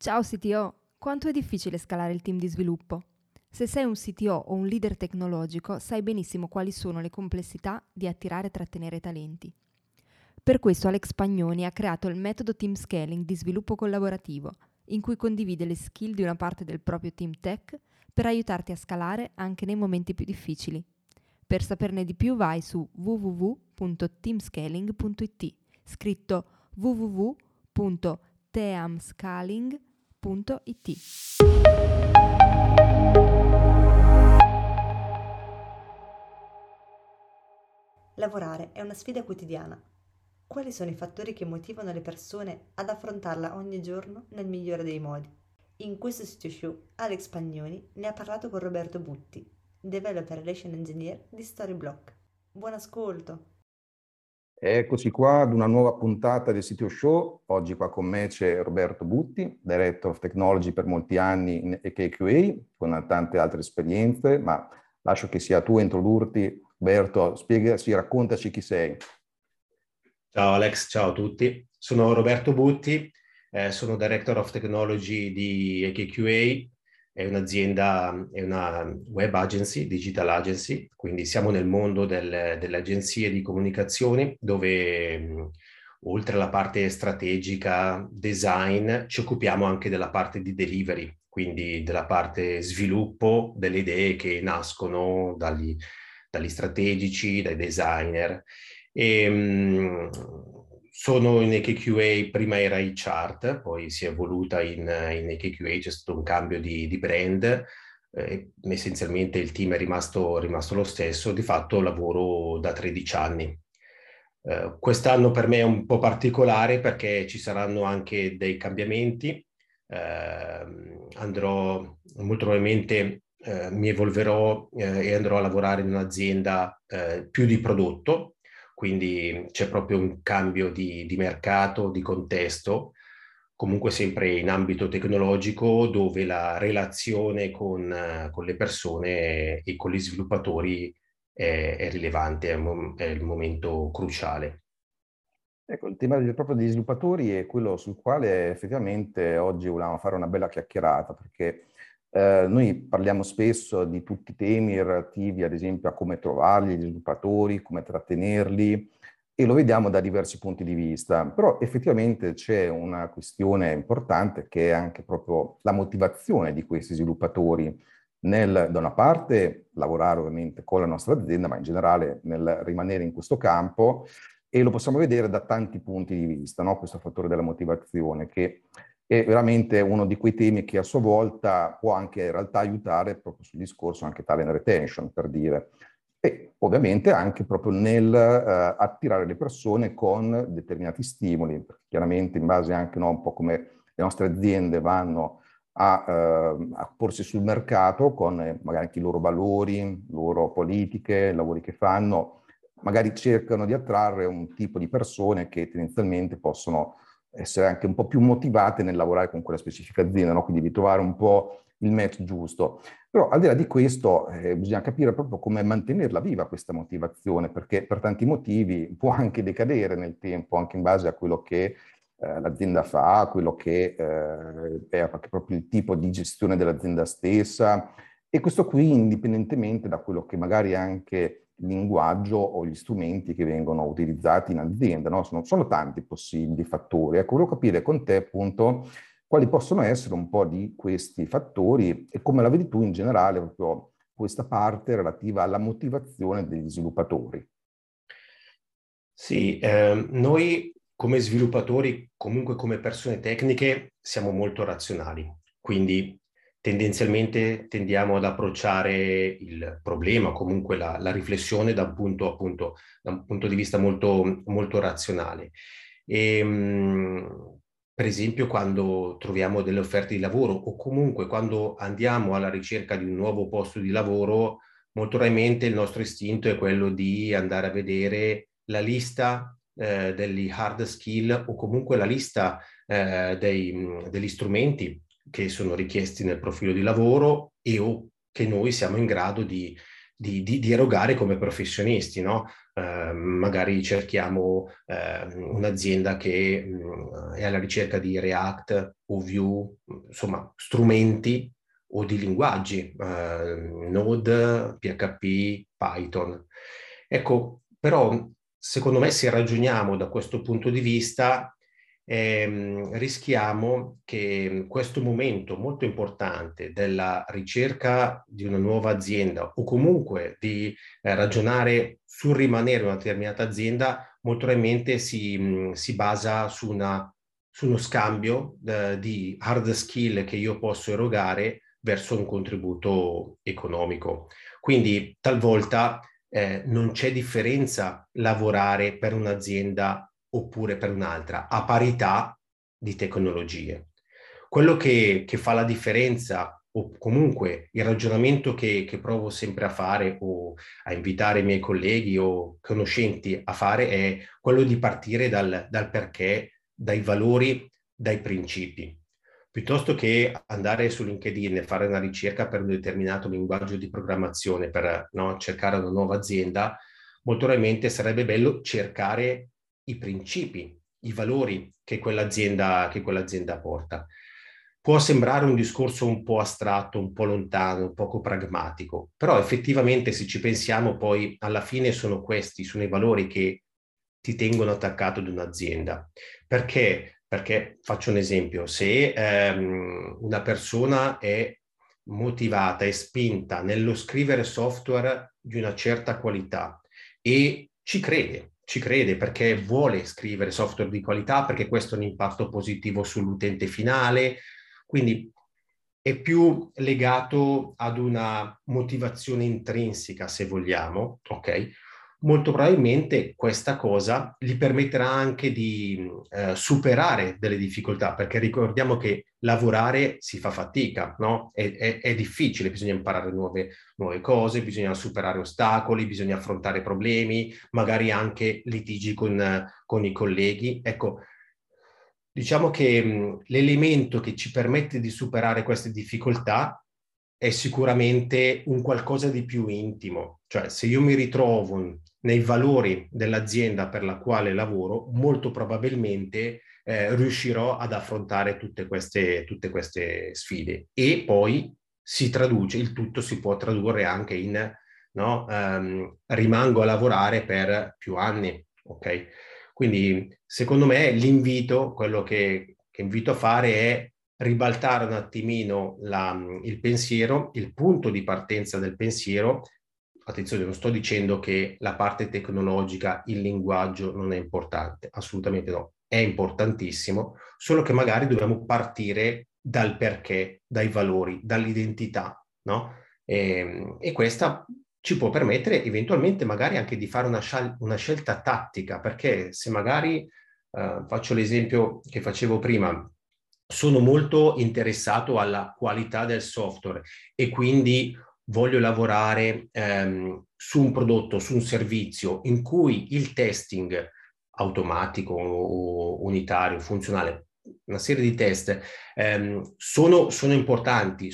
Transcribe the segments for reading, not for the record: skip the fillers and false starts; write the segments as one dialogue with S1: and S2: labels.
S1: Ciao CTO, quanto è difficile scalare il team di sviluppo? Se sei un CTO o un leader tecnologico, sai benissimo quali sono le complessità di attirare e trattenere talenti. Per questo Alex Pagnoni ha creato il metodo Team Scaling di sviluppo collaborativo, in cui condivide le skill di una parte del proprio team tech per aiutarti a scalare anche nei momenti più difficili. Per saperne di più vai su www.teamscaling.it, scritto www.teamscaling.it.
S2: Lavorare è una sfida quotidiana. Quali sono i fattori che motivano le persone ad affrontarla ogni giorno nel migliore dei modi? In questo sito show Alex Pagnoni ne ha parlato con Roberto Butti, Developer Relation Engineer di Storyblock. Buon ascolto!
S3: Eccoci qua ad una nuova puntata del Sito Show. Oggi qua con me c'è Roberto Butti, Director of Technology per molti anni in EKQA, con tante altre esperienze, ma lascio che sia tu a introdurti. Roberto, spiegaci, raccontaci chi sei.
S4: Ciao Alex, ciao a tutti. Sono Roberto Butti, sono Director of Technology di EKQA, è un'azienda, è una web agency, digital agency, quindi siamo nel mondo delle agenzie di comunicazione dove oltre alla parte strategica, design, ci occupiamo anche della parte di delivery, quindi della parte sviluppo delle idee che nascono dagli strategici, dai designer. Sono in EKQA, prima era iChart, poi si è evoluta in EKQA, c'è stato un cambio di brand, essenzialmente il team è rimasto lo stesso, di fatto lavoro da 13 anni. Quest'anno per me è un po' particolare perché ci saranno anche dei cambiamenti, andrò molto probabilmente mi evolverò e andrò a lavorare in un'azienda più di prodotto, quindi c'è proprio un cambio di mercato, di contesto, comunque sempre in ambito tecnologico dove la relazione con le persone e con gli sviluppatori è rilevante, è il momento cruciale.
S3: Ecco, il tema proprio degli sviluppatori è quello sul quale effettivamente oggi volevamo fare una bella chiacchierata, perché noi parliamo spesso di tutti i temi relativi, ad esempio, a come trovarli, gli sviluppatori, come trattenerli, e lo vediamo da diversi punti di vista. Però effettivamente c'è una questione importante che è anche proprio la motivazione di questi sviluppatori nel, da una parte, lavorare ovviamente con la nostra azienda, ma in generale nel rimanere in questo campo, e lo possiamo vedere da tanti punti di vista, no? Questo fattore della motivazione, che è veramente uno di quei temi che a sua volta può anche in realtà aiutare proprio sul discorso anche talent retention, per dire. E ovviamente anche proprio nel attirare le persone con determinati stimoli, chiaramente in base anche, no, un po' come le nostre aziende vanno a porsi sul mercato con magari anche i loro valori, loro politiche, i lavori che fanno, magari cercano di attrarre un tipo di persone che tendenzialmente possono essere anche un po' più motivate nel lavorare con quella specifica azienda, no? Quindi di trovare un po' il match giusto. Però al di là di questo bisogna capire proprio come mantenerla viva questa motivazione, perché per tanti motivi può anche decadere nel tempo, anche in base a quello che l'azienda fa, quello che è anche proprio il tipo di gestione dell'azienda stessa. E questo qui indipendentemente da quello che magari è anche il linguaggio o gli strumenti che vengono utilizzati in azienda, no? Sono tanti possibili fattori. Ecco, volevo capire con te appunto quali possono essere un po' di questi fattori e come la vedi tu in generale proprio questa parte relativa alla motivazione degli sviluppatori.
S4: Sì, noi come sviluppatori, comunque come persone tecniche, siamo molto razionali, quindi tendenzialmente tendiamo ad approcciare il problema, comunque la riflessione da un punto, appunto, da un punto di vista molto, molto razionale. E, per esempio, quando troviamo delle offerte di lavoro o comunque quando andiamo alla ricerca di un nuovo posto di lavoro, molto raramente il nostro istinto è quello di andare a vedere la lista degli hard skill o comunque la lista degli strumenti che sono richiesti nel profilo di lavoro e o che noi siamo in grado di erogare come professionisti, no? magari cerchiamo un'azienda che è alla ricerca di React o Vue, insomma, strumenti o di linguaggi, Node, PHP, Python. Ecco, però secondo me se ragioniamo da questo punto di vista rischiamo che questo momento molto importante della ricerca di una nuova azienda o comunque di ragionare sul rimanere in una determinata azienda molto probabilmente si basa su uno scambio di hard skill che io posso erogare verso un contributo economico. Quindi talvolta non c'è differenza lavorare per un'azienda oppure per un'altra, a parità di tecnologie. Quello che fa la differenza, o comunque il ragionamento che provo sempre a fare o a invitare i miei colleghi o conoscenti a fare, è quello di partire dal perché, dai valori, dai principi. Piuttosto che andare su LinkedIn e fare una ricerca per un determinato linguaggio di programmazione per cercare una nuova azienda, molto probabilmente sarebbe bello cercare i principi, i valori che quell'azienda porta. Può sembrare un discorso un po' astratto, un po' lontano, un poco pragmatico, però effettivamente se ci pensiamo poi alla fine sono i valori che ti tengono attaccato ad un'azienda. Perché? Perché faccio un esempio, se una persona è motivata e spinta nello scrivere software di una certa qualità e ci crede perché vuole scrivere software di qualità, perché questo ha un impatto positivo sull'utente finale, quindi è più legato ad una motivazione intrinseca, se vogliamo, ok? Molto probabilmente questa cosa gli permetterà anche di superare delle difficoltà, perché ricordiamo che lavorare si fa fatica, no? È difficile, bisogna imparare nuove cose, bisogna superare ostacoli, bisogna affrontare problemi, magari anche litigi con i colleghi. Ecco, diciamo che l'elemento che ci permette di superare queste difficoltà è sicuramente un qualcosa di più intimo. Cioè, se io mi ritrovo nei valori dell'azienda per la quale lavoro, molto probabilmente riuscirò ad affrontare tutte queste sfide. E poi il tutto si può tradurre anche in rimango a lavorare per più anni, ok? Quindi, secondo me, quello che invito a fare è ribaltare un attimino il pensiero, il punto di partenza del pensiero. Attenzione, non sto dicendo che la parte tecnologica, il linguaggio non è importante, assolutamente no, è importantissimo, solo che magari dobbiamo partire dal perché, dai valori, dall'identità, no? E questa ci può permettere eventualmente magari anche di fare una scelta tattica, perché se magari, faccio l'esempio che facevo prima, sono molto interessato alla qualità del software e quindi voglio lavorare su un prodotto, su un servizio in cui il testing automatico o unitario, funzionale, una serie di test sono importanti,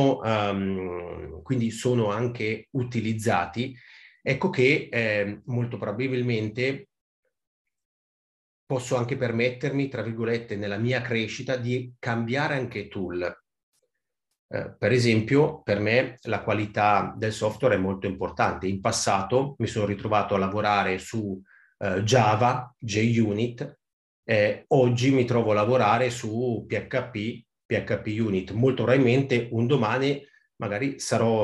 S4: quindi sono anche utilizzati. Ecco che molto probabilmente posso anche permettermi, tra virgolette, nella mia crescita di cambiare anche tool. Per esempio, per me la qualità del software è molto importante. In passato mi sono ritrovato a lavorare su Java, JUnit, oggi mi trovo a lavorare su PHP, PHP Unit. Molto probabilmente un domani magari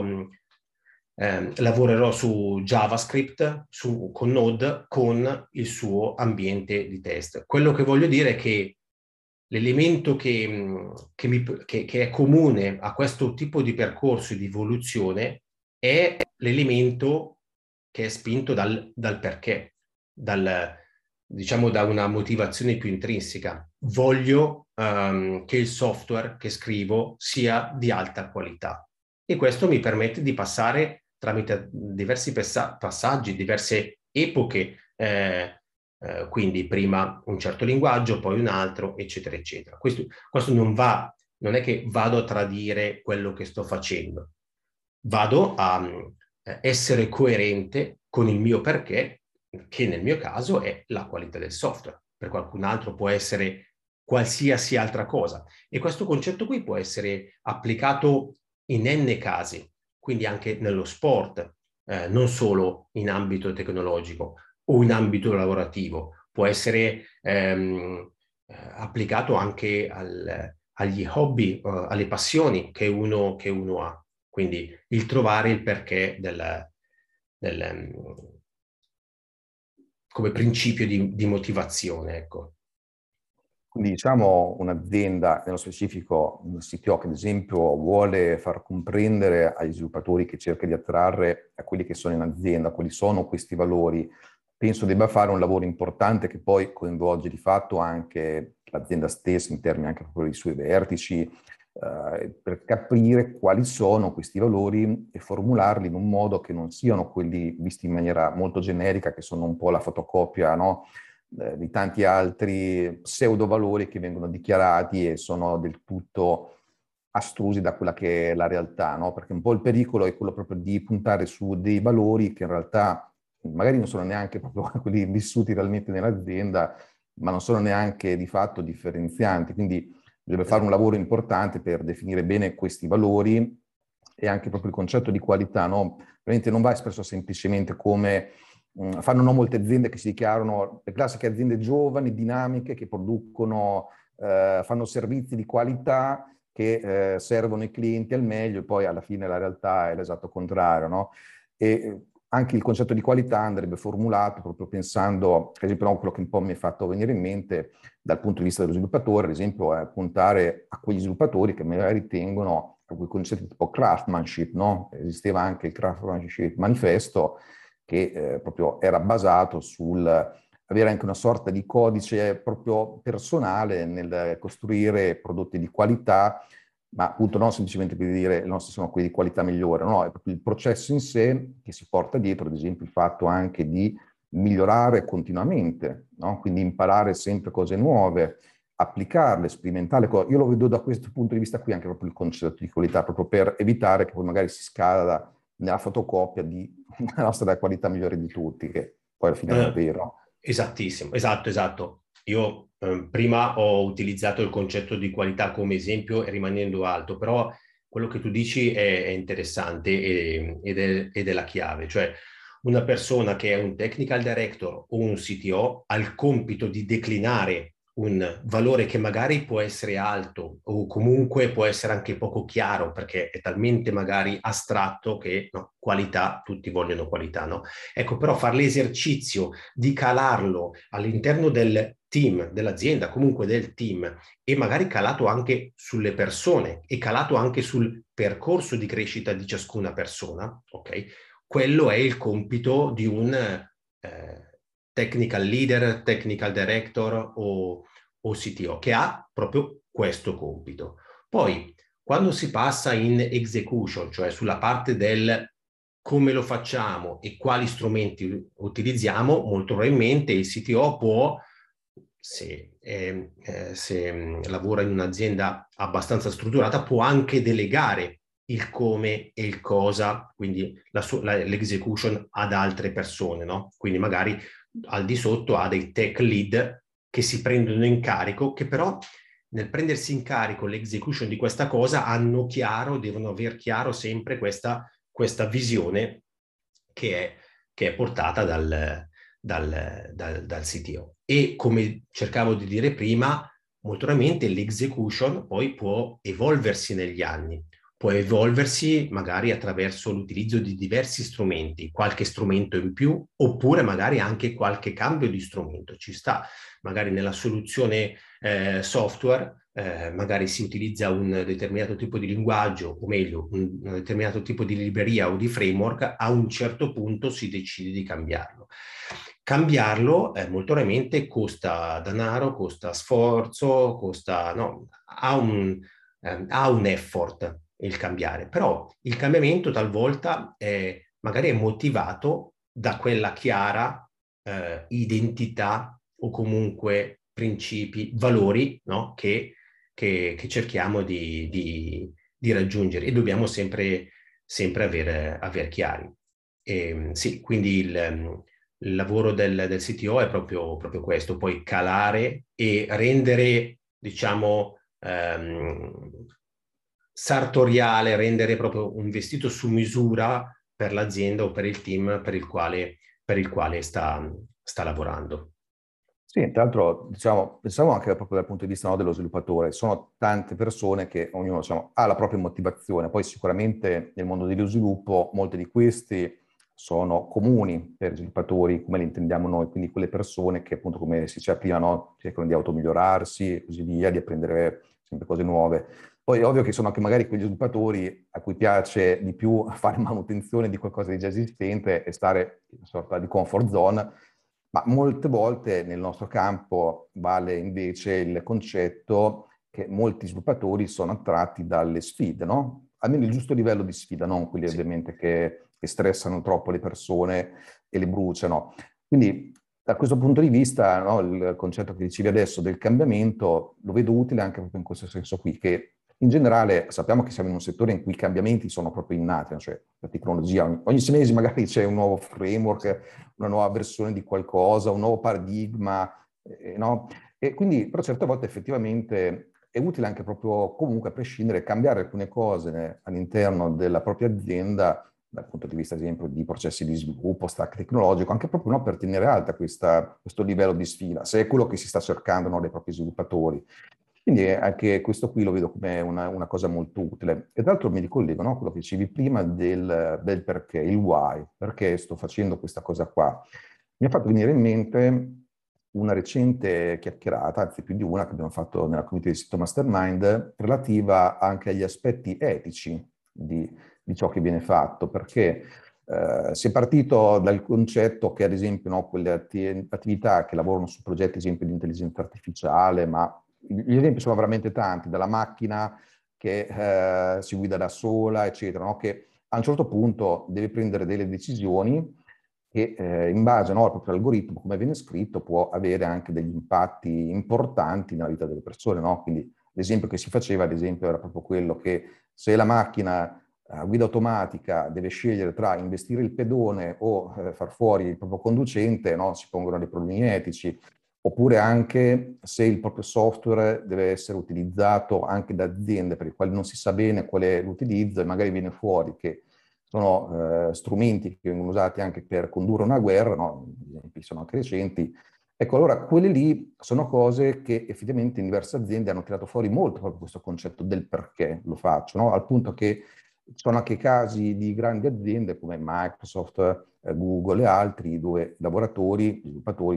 S4: lavorerò su JavaScript, con Node, con il suo ambiente di test. Quello che voglio dire è che l'elemento che è comune a questo tipo di percorso di evoluzione è l'elemento che è spinto dal perché, diciamo da una motivazione più intrinseca. Voglio che il software che scrivo sia di alta qualità e questo mi permette di passare tramite diversi passaggi, diverse epoche, quindi prima un certo linguaggio, poi un altro, eccetera, eccetera. Questo non è che vado a tradire quello che sto facendo, vado a essere coerente con il mio perché che nel mio caso è la qualità del software. Per qualcun altro può essere qualsiasi altra cosa. E questo concetto qui può essere applicato in n casi, quindi anche nello sport, non solo in ambito tecnologico o in ambito lavorativo. Può essere applicato anche agli hobby, alle passioni che uno ha. Quindi il trovare il perché come principio di motivazione, ecco.
S3: Quindi diciamo un'azienda, nello specifico un CTO che ad esempio vuole far comprendere agli sviluppatori che cerca di attrarre a quelli che sono in azienda, quali sono questi valori, penso debba fare un lavoro importante che poi coinvolge di fatto anche l'azienda stessa in termini anche proprio dei suoi vertici, per capire quali sono questi valori e formularli in un modo che non siano quelli visti in maniera molto generica, che sono un po' la fotocopia, no? Di tanti altri pseudo valori che vengono dichiarati e sono del tutto astrusi da quella che è la realtà, no? Perché un po' il pericolo è quello proprio di puntare su dei valori che in realtà magari non sono neanche proprio quelli vissuti realmente nell'azienda, ma non sono neanche di fatto differenzianti. Quindi deve fare un lavoro importante per definire bene questi valori e anche proprio il concetto di qualità, no? Veramente non va espresso semplicemente come fanno molte aziende che si dichiarano le classiche aziende giovani, dinamiche, che producono, fanno servizi di qualità che servono i clienti al meglio e poi alla fine la realtà è l'esatto contrario, no? E anche il concetto di qualità andrebbe formulato proprio pensando, per esempio, no, quello che un po' mi è fatto venire in mente dal punto di vista dello sviluppatore, ad esempio, è puntare a quegli sviluppatori che magari tengono a quei concetti tipo craftsmanship, no? Esisteva anche il craftsmanship manifesto, che proprio era basato sul avere anche una sorta di codice proprio personale nel costruire prodotti di qualità, ma appunto non semplicemente per dire i nostri sono quelli di qualità migliore, no, è proprio il processo in sé che si porta dietro, ad esempio il fatto anche di migliorare continuamente, no? Quindi imparare sempre cose nuove, applicarle, sperimentarle. Io lo vedo da questo punto di vista qui anche proprio il concetto di qualità, proprio per evitare che poi magari si scada nella fotocopia della nostra qualità migliore di tutti, che poi alla fine non è vero.
S4: Esattissimo, esatto. Io prima ho utilizzato il concetto di qualità come esempio rimanendo alto, però quello che tu dici è interessante ed è la chiave, cioè una persona che è un technical director o un CTO ha il compito di declinare un valore che magari può essere alto o comunque può essere anche poco chiaro perché è talmente magari astratto che no, qualità, tutti vogliono qualità, no? Ecco, però fare l'esercizio di calarlo all'interno del team, dell'azienda, comunque del team, e magari calato anche sulle persone e calato anche sul percorso di crescita di ciascuna persona, ok? Quello è il compito di un technical leader, technical director o CTO, che ha proprio questo compito. Poi, quando si passa in execution, cioè sulla parte del come lo facciamo e quali strumenti utilizziamo, molto probabilmente il CTO può, se lavora in un'azienda abbastanza strutturata, può anche delegare il come e il cosa, quindi l'execution ad altre persone, no? Quindi magari al di sotto ha dei tech lead che si prendono in carico, che però nel prendersi in carico l'execution di questa cosa devono aver chiaro sempre questa visione che è portata dal CTO. E come cercavo di dire prima, molto probabilmente l'execution poi può evolversi negli anni, può evolversi magari attraverso l'utilizzo di diversi strumenti, qualche strumento in più, oppure magari anche qualche cambio di strumento. Ci sta, magari nella soluzione software, magari si utilizza un determinato tipo di linguaggio, o meglio, un determinato tipo di libreria o di framework, a un certo punto si decide di cambiarlo. Cambiarlo molto raramente costa denaro, costa sforzo, ha un effort il cambiare, però il cambiamento talvolta magari è motivato da quella chiara identità o comunque principi, valori, no? che cerchiamo di raggiungere e dobbiamo sempre aver chiari. Sì, quindi il lavoro del CTO è proprio questo, poi calare e rendere, diciamo, sartoriale, rendere proprio un vestito su misura per l'azienda o per il team per il quale sta lavorando.
S3: Sì, tra l'altro, diciamo, pensiamo anche proprio dal punto di vista, no, dello sviluppatore. Sono tante persone che ognuno, diciamo, ha la propria motivazione. Poi sicuramente nel mondo dello sviluppo molte di questi sono comuni per gli sviluppatori, come li intendiamo noi, quindi quelle persone che appunto, come si diceva prima, no, cercano di automigliorarsi e così via, di apprendere sempre cose nuove. Poi è ovvio che sono anche magari quegli sviluppatori a cui piace di più fare manutenzione di qualcosa di già esistente e stare in una sorta di comfort zone, ma molte volte nel nostro campo vale invece il concetto che molti sviluppatori sono attratti dalle sfide, no? Almeno il giusto livello di sfida, non quelli
S4: Sì.
S3: ovviamente che stressano troppo le persone e le bruciano. Quindi da questo punto di vista, no, il concetto che dicevi adesso del cambiamento lo vedo utile anche proprio in questo senso qui, che in generale sappiamo che siamo in un settore in cui i cambiamenti sono proprio innati, cioè la tecnologia, ogni 6 mesi magari c'è un nuovo framework, una nuova versione di qualcosa, un nuovo paradigma, no? E quindi però certe volte effettivamente è utile anche proprio comunque a prescindere cambiare alcune cose all'interno della propria azienda dal punto di vista, ad esempio, di processi di sviluppo, stack tecnologico, anche proprio no, per tenere alta questo livello di sfida, se è quello che si sta cercando, no, dai propri sviluppatori. Quindi anche questo qui lo vedo come una cosa molto utile. E tra l'altro mi ricollego, no, a quello che dicevi prima del perché, il why, perché sto facendo questa cosa qua. Mi ha fatto venire in mente una recente chiacchierata, anzi più di una, che abbiamo fatto nella community del sito Mastermind, relativa anche agli aspetti etici di ciò che viene fatto, perché si è partito dal concetto che, ad esempio, no, quelle attività che lavorano su progetti, ad esempio, di intelligenza artificiale, ma gli esempi sono veramente tanti, dalla macchina che si guida da sola, eccetera, no? Che a un certo punto deve prendere delle decisioni che in base, no, al proprio algoritmo, come viene scritto, può avere anche degli impatti importanti nella vita delle persone, no? Quindi l'esempio che si faceva, ad esempio, era proprio quello che se la macchina a guida automatica deve scegliere tra investire il pedone o far fuori il proprio conducente, no? Si pongono dei problemi etici, oppure anche se il proprio software deve essere utilizzato anche da aziende per le quali non si sa bene qual è l'utilizzo e magari viene fuori che sono strumenti che vengono usati anche per condurre una guerra, no? Gli esempi sono anche recenti. Ecco, allora quelle lì sono cose che effettivamente in diverse aziende hanno tirato fuori molto proprio questo concetto del perché lo faccio, no? Al punto che ci sono anche casi di grandi aziende come Microsoft, Google e altri, dove i lavoratori, gli sviluppatori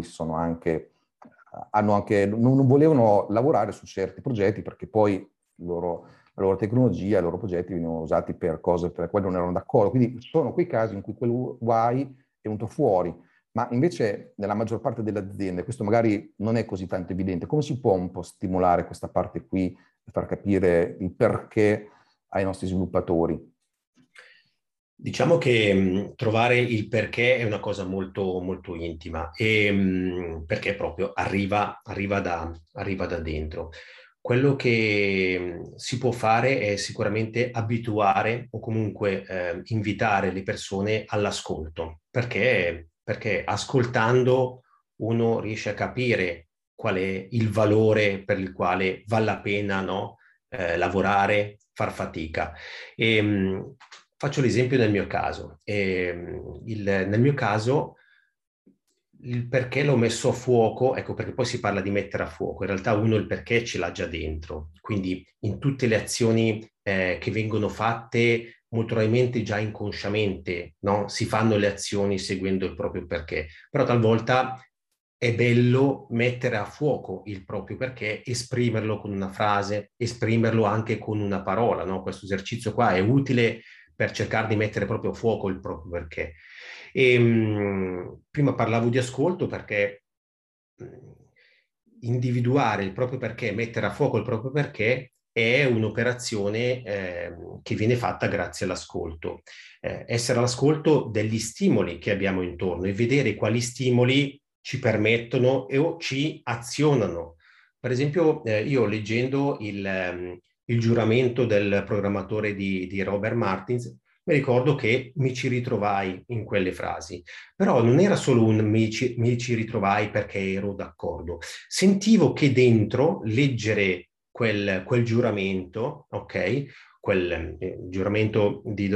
S3: non volevano lavorare su certi progetti perché poi la loro tecnologia, i loro progetti venivano usati per cose per le quali non erano d'accordo. Quindi sono quei casi in cui quel why è venuto fuori, ma invece nella maggior parte delle aziende questo magari non è così tanto evidente. Come si può un po' stimolare questa parte qui per far capire il perché ai nostri sviluppatori?
S4: Diciamo che trovare il perché è una cosa molto, molto intima e perché proprio arriva da dentro. Quello che si può fare è sicuramente abituare o comunque invitare le persone all'ascolto, perché ascoltando uno riesce a capire qual è il valore per il quale vale la pena, no? Lavorare, far fatica. Faccio l'esempio nel mio caso. Nel mio caso, il perché l'ho messo a fuoco, ecco perché poi si parla di mettere a fuoco, in realtà uno il perché ce l'ha già dentro, quindi in tutte le azioni che vengono fatte molto probabilmente già inconsciamente, no? Si fanno le azioni seguendo il proprio perché, però talvolta è bello mettere a fuoco il proprio perché, esprimerlo con una frase, esprimerlo anche con una parola, no? Questo esercizio qua è utile per cercare di mettere proprio a fuoco il proprio perché. Prima parlavo di ascolto perché individuare il proprio perché, mettere a fuoco il proprio perché è un'operazione che viene fatta grazie all'ascolto. Essere all'ascolto degli stimoli che abbiamo intorno e vedere quali stimoli ci permettono o ci azionano. Per esempio, io leggendo il giuramento del programmatore di Robert Martins, mi ricordo che mi ci ritrovai in quelle frasi, però non era solo un mi ci ritrovai perché ero d'accordo. Sentivo che dentro leggere quel giuramento, ok? Quel giuramento di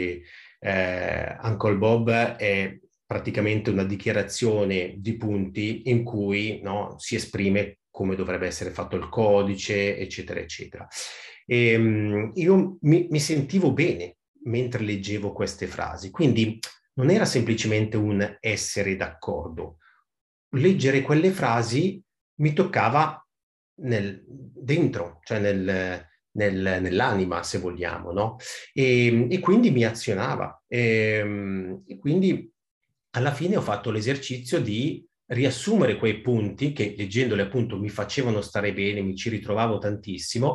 S4: Uncle Bob è praticamente una dichiarazione di punti in cui, no, si esprime come dovrebbe essere fatto il codice, eccetera, eccetera. E io mi sentivo bene mentre leggevo queste frasi, quindi non era semplicemente un essere d'accordo. Leggere quelle frasi mi toccava dentro, cioè nell'anima, se vogliamo, no? E quindi mi azionava. E quindi alla fine ho fatto l'esercizio di riassumere quei punti che leggendoli appunto mi facevano stare bene, mi ci ritrovavo tantissimo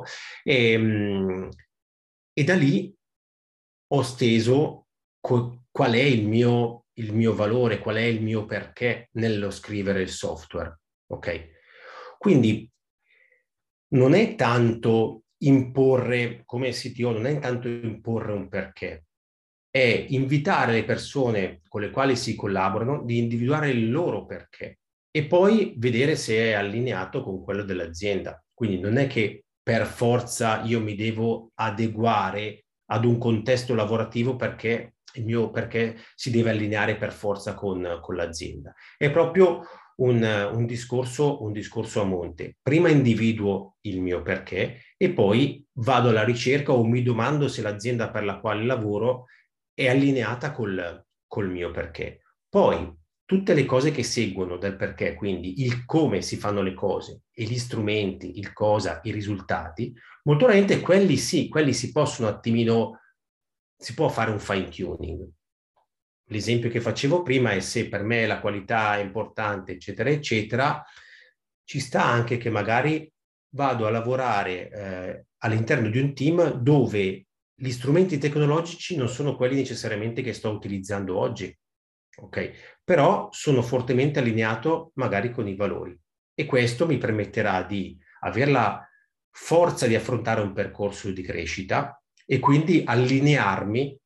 S4: e da lì ho steso qual è il mio valore, qual è il mio perché nello scrivere il software, ok? Quindi non è tanto imporre, come CTO, non è tanto imporre un perché, è invitare le persone con le quali si collaborano di individuare il loro perché e poi vedere se è allineato con quello dell'azienda. Quindi non è che per forza io mi devo adeguare ad un contesto lavorativo perché il mio perché si deve allineare per forza con l'azienda. È proprio un discorso a monte. Prima individuo il mio perché e poi vado alla ricerca o mi domando se l'azienda per la quale lavoro è allineata col mio perché. Poi tutte le cose che seguono dal perché, quindi il come si fanno le cose e gli strumenti, il cosa, i risultati, molto probabilmente quelli sì, quelli si possono attimino, si può fare un fine tuning. L'esempio che facevo prima è se per me la qualità è importante, eccetera, eccetera, ci sta anche che magari vado a lavorare all'interno di un team dove gli strumenti tecnologici non sono quelli necessariamente che sto utilizzando oggi, ok? Però sono fortemente allineato magari con i valori e questo mi permetterà di avere la forza di affrontare un percorso di crescita e quindi allinearmi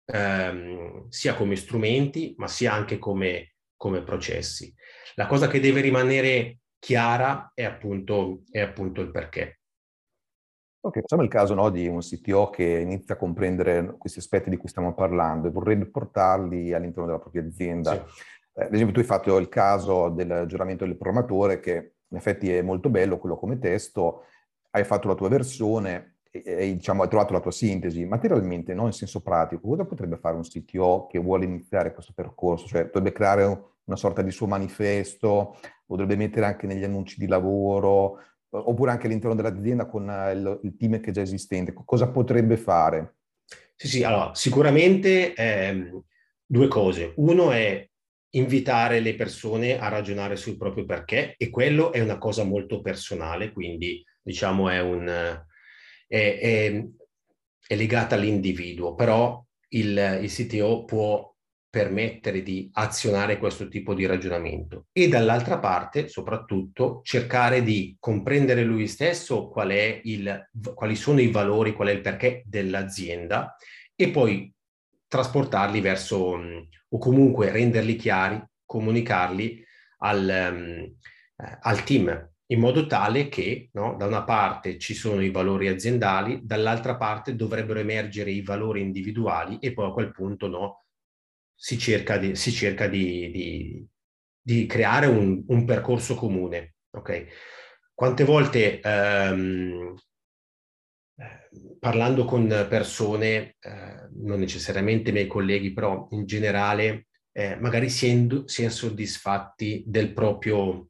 S4: sia come strumenti, ma sia anche come processi. La cosa che deve rimanere chiara è appunto il perché.
S3: Ok, facciamo il caso, no, di un CTO che inizia a comprendere questi aspetti di cui stiamo parlando e vorrebbe portarli all'interno della propria azienda.
S4: Sì.
S3: Ad esempio, tu hai fatto il caso del giuramento del programmatore, che in effetti è molto bello, quello come testo, hai fatto la tua versione e diciamo, hai trovato la tua sintesi. Materialmente, no, in senso pratico, cosa potrebbe fare un CTO che vuole iniziare questo percorso? Cioè, dovrebbe creare una sorta di suo manifesto, o dovrebbe mettere anche negli annunci di lavoro, oppure anche all'interno dell'azienda con il team che è già esistente. Cosa potrebbe fare?
S4: Sì, allora, sicuramente due cose. Uno è invitare le persone a ragionare sul proprio perché e quello è una cosa molto personale, quindi diciamo è legata all'individuo, però il CTO può permettere di azionare questo tipo di ragionamento e dall'altra parte, soprattutto, cercare di comprendere lui stesso quali sono i valori, qual è il perché dell'azienda e poi trasportarli verso, o comunque renderli chiari, comunicarli al team, in modo tale che, no, da una parte ci sono i valori aziendali, dall'altra parte dovrebbero emergere i valori individuali e poi a quel punto, no, si cerca di creare un percorso comune. Okay? Quante volte parlando con persone, non necessariamente i miei colleghi, però in generale, magari si è soddisfatti del proprio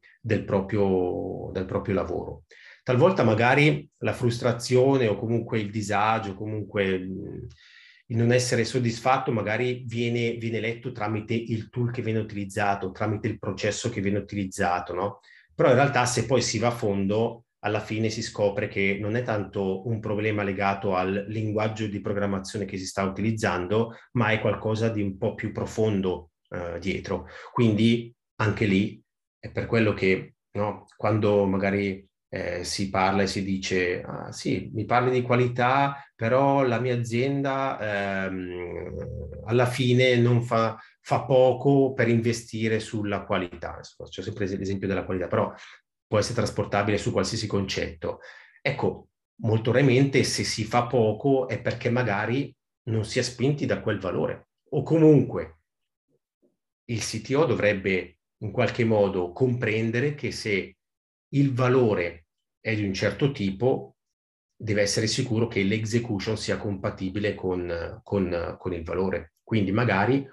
S4: lavoro. Talvolta magari la frustrazione o comunque il disagio, comunque il non essere soddisfatto magari viene letto tramite il tool che viene utilizzato, tramite il processo che viene utilizzato, no? Però in realtà se poi si va a fondo, alla fine si scopre che non è tanto un problema legato al linguaggio di programmazione che si sta utilizzando, ma è qualcosa di un po' più profondo dietro. Quindi anche lì è per quello che, no, quando magari si parla e si dice, ah, sì, mi parli di qualità, però la mia azienda alla fine non fa poco per investire sulla qualità. C'è sempre l'esempio della qualità, però può essere trasportabile su qualsiasi concetto. Ecco, molto raramente se si fa poco è perché magari non si è spinti da quel valore, o comunque il CTO dovrebbe in qualche modo comprendere che se il valore è di un certo tipo, deve essere sicuro che l'execution sia compatibile con il valore. Quindi magari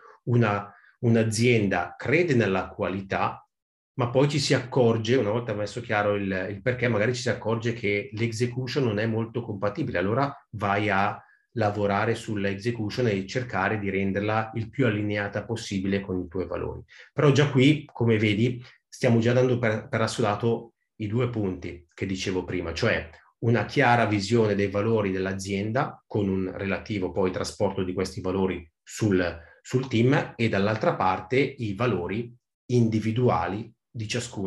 S4: un'azienda crede nella qualità, ma poi ci si accorge, una volta messo chiaro il perché, magari ci si accorge che l'execution non è molto compatibile. Allora vai a lavorare sull'execution e cercare di renderla il più allineata possibile con i tuoi valori. Però già qui, come vedi, stiamo già dando per assodato i due punti che dicevo prima, cioè una chiara visione dei valori dell'azienda con un relativo poi trasporto di questi valori sul team e dall'altra parte i valori individuali di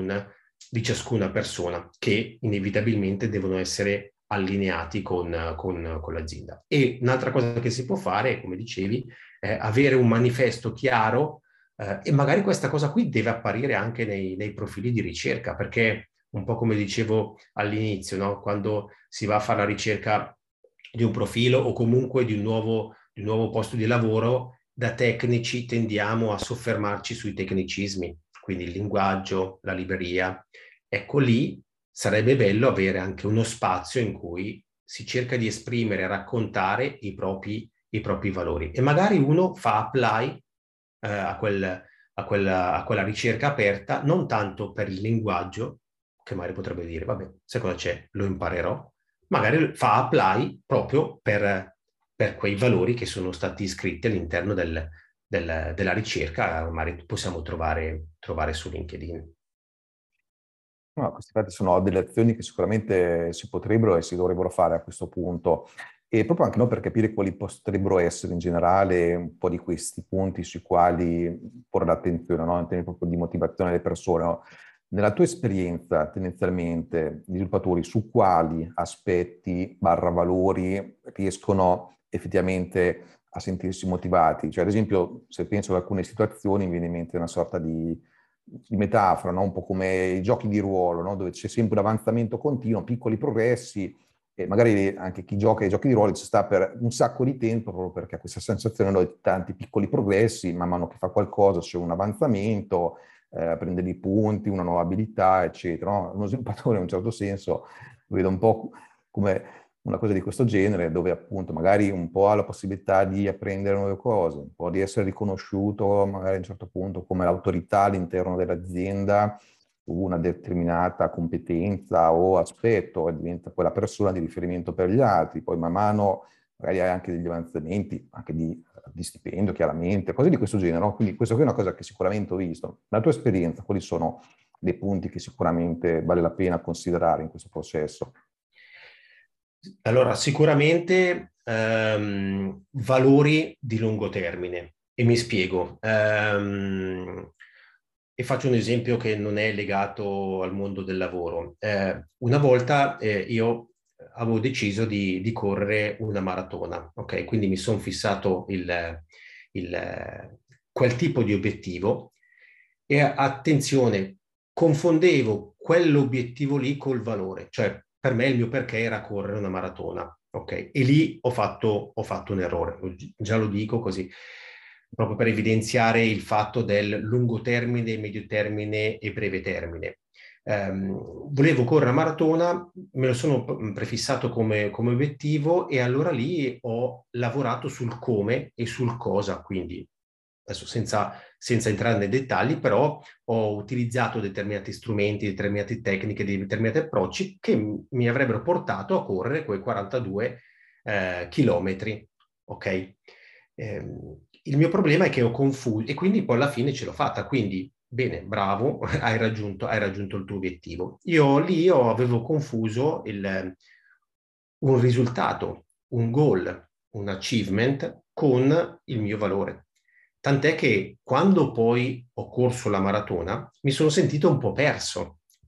S4: ciascuna persona che inevitabilmente devono essere allineati con l'azienda. E un'altra cosa che si può fare, come dicevi, è avere un manifesto chiaro e magari questa cosa qui deve apparire anche nei profili di ricerca, perché un po' come dicevo all'inizio, no? Quando si va a fare la ricerca di un profilo o comunque di un nuovo posto di lavoro, da tecnici tendiamo a soffermarci sui tecnicismi, quindi il linguaggio, la libreria. Ecco, lì sarebbe bello avere anche uno spazio in cui si cerca di esprimere e raccontare i propri valori. E magari uno fa apply a quella ricerca aperta, non tanto per il linguaggio, che magari potrebbe dire, vabbè, sai cosa c'è, lo imparerò, magari fa apply proprio per quei valori che sono stati iscritti all'interno della ricerca, magari possiamo trovare su LinkedIn.
S3: No, queste infatti sono delle azioni che sicuramente si potrebbero e si dovrebbero fare a questo punto. E proprio anche no, per capire quali potrebbero essere in generale un po' di questi punti sui quali porre l'attenzione, no? In termini proprio di motivazione delle persone. No? Nella tua esperienza, tendenzialmente, gli sviluppatori su quali aspetti / valori riescono effettivamente a sentirsi motivati? Cioè, ad esempio, se penso ad alcune situazioni, mi viene in mente una sorta di metafora, no? Un po' come i giochi di ruolo, no? Dove c'è sempre un avanzamento continuo, piccoli progressi, e magari anche chi gioca ai giochi di ruolo ci sta per un sacco di tempo proprio perché ha questa sensazione di tanti piccoli progressi, man mano che fa qualcosa c'è un avanzamento, prende dei punti, una nuova abilità, eccetera. No? Uno sviluppatore in un certo senso lo vedo un po' come una cosa di questo genere, dove appunto magari un po' ha la possibilità di apprendere nuove cose, un po' di essere riconosciuto magari a un certo punto come l'autorità all'interno dell'azienda su una determinata competenza o aspetto, e diventa poi la persona di riferimento per gli altri, poi man mano magari hai anche degli avanzamenti, anche di stipendio chiaramente, cose di questo genere, no? Quindi questo qui è una cosa che sicuramente ho visto. Nella tua esperienza, quali sono dei punti che sicuramente vale la pena considerare in questo processo?
S4: Allora, sicuramente valori di lungo termine, e mi spiego. E faccio un esempio che non è legato al mondo del lavoro. Una volta io avevo deciso di correre una maratona, ok? Quindi mi sono fissato quel tipo di obiettivo e attenzione, confondevo quell'obiettivo lì col valore, cioè per me il mio perché era correre una maratona, ok? E lì ho fatto un errore, già lo dico così, proprio per evidenziare il fatto del lungo termine, medio termine e breve termine. Volevo correre una maratona, me lo sono prefissato come obiettivo e allora lì ho lavorato sul come e sul cosa, quindi adesso senza entrare nei dettagli, però ho utilizzato determinati strumenti, determinate tecniche, determinati approcci che mi avrebbero portato a correre quei 42 chilometri, ok? Il mio problema è che ho confuso e quindi poi alla fine ce l'ho fatta, quindi bene, bravo, hai raggiunto il tuo obiettivo. Io lì avevo confuso un risultato, un goal, un achievement con il mio valore. Tant'è che quando poi ho corso la maratona mi sono sentito un po' perso,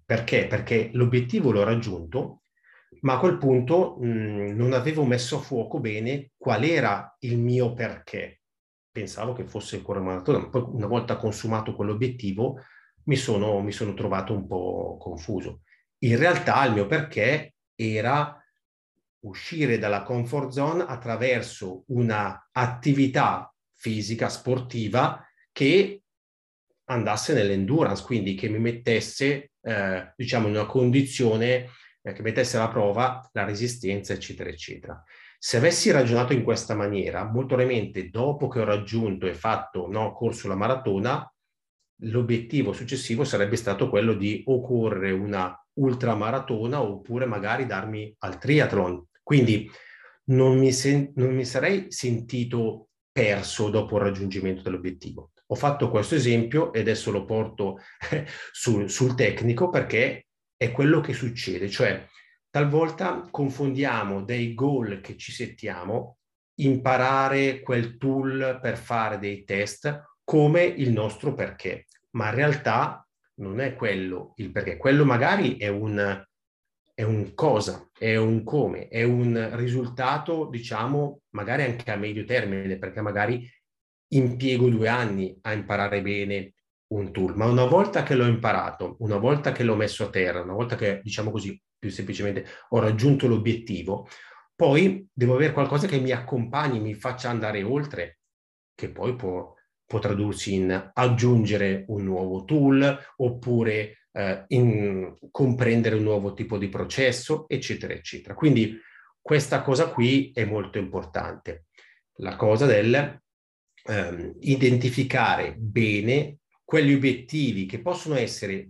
S4: Perché? Perché l'obiettivo l'ho raggiunto, ma a quel punto non avevo messo a fuoco bene qual era il mio perché. Pensavo che fosse il cuore maratona, ma poi una volta consumato quell'obiettivo mi sono trovato un po' confuso. In realtà il mio perché era uscire dalla comfort zone attraverso una attività fisica, sportiva, che andasse nell'endurance, quindi che mi mettesse, diciamo, in una condizione che mettesse alla prova la resistenza, eccetera, eccetera. Se avessi ragionato in questa maniera, molto probabilmente dopo che ho raggiunto e fatto, no, corso la maratona, l'obiettivo successivo sarebbe stato quello di o correre una ultramaratona oppure magari darmi al triathlon. Quindi non mi sarei sentito perso dopo il raggiungimento dell'obiettivo. Ho fatto questo esempio e adesso lo porto sul tecnico perché è quello che succede, cioè talvolta confondiamo dei goal che ci settiamo, imparare quel tool per fare dei test come il nostro perché, ma in realtà non è quello il perché, quello magari è un cosa, è un come, è un risultato, diciamo, magari anche a medio termine, perché magari impiego 2 anni a imparare bene un tool, ma una volta che l'ho imparato, una volta che l'ho messo a terra, una volta che, diciamo così, più semplicemente ho raggiunto l'obiettivo, poi devo avere qualcosa che mi accompagni, mi faccia andare oltre, che poi può tradursi in aggiungere un nuovo tool oppure in comprendere un nuovo tipo di processo, eccetera, eccetera. Quindi questa cosa qui è molto importante. La cosa del identificare bene quegli obiettivi che possono essere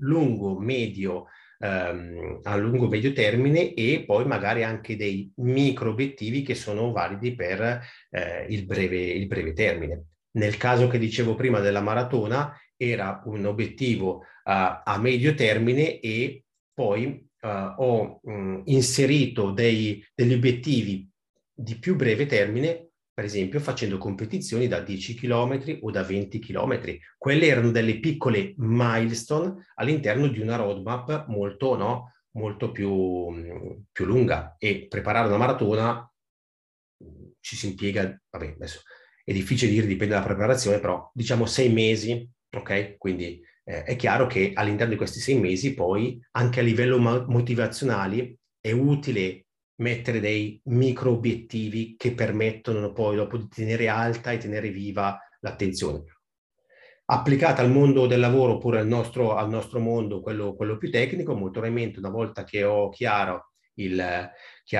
S4: a lungo medio termine e poi magari anche dei micro obiettivi che sono validi per il breve termine. Nel caso che dicevo prima della maratona era un obiettivo a medio termine e poi ho inserito degli obiettivi di più breve termine, per esempio facendo competizioni da 10 km o da 20 km. Quelle erano delle piccole milestone all'interno di una roadmap molto, no, molto più lunga, e preparare una maratona ci si impiega, vabbè, adesso è difficile dire, dipende dalla preparazione, però diciamo 6 mesi, ok? Quindi è chiaro che all'interno di questi 6 mesi poi anche a livello motivazionale è utile mettere dei micro obiettivi che permettono poi dopo di tenere alta e tenere viva l'attenzione. Applicata al mondo del lavoro oppure al nostro mondo, quello più tecnico, molto probabilmente una volta che ho chiaro il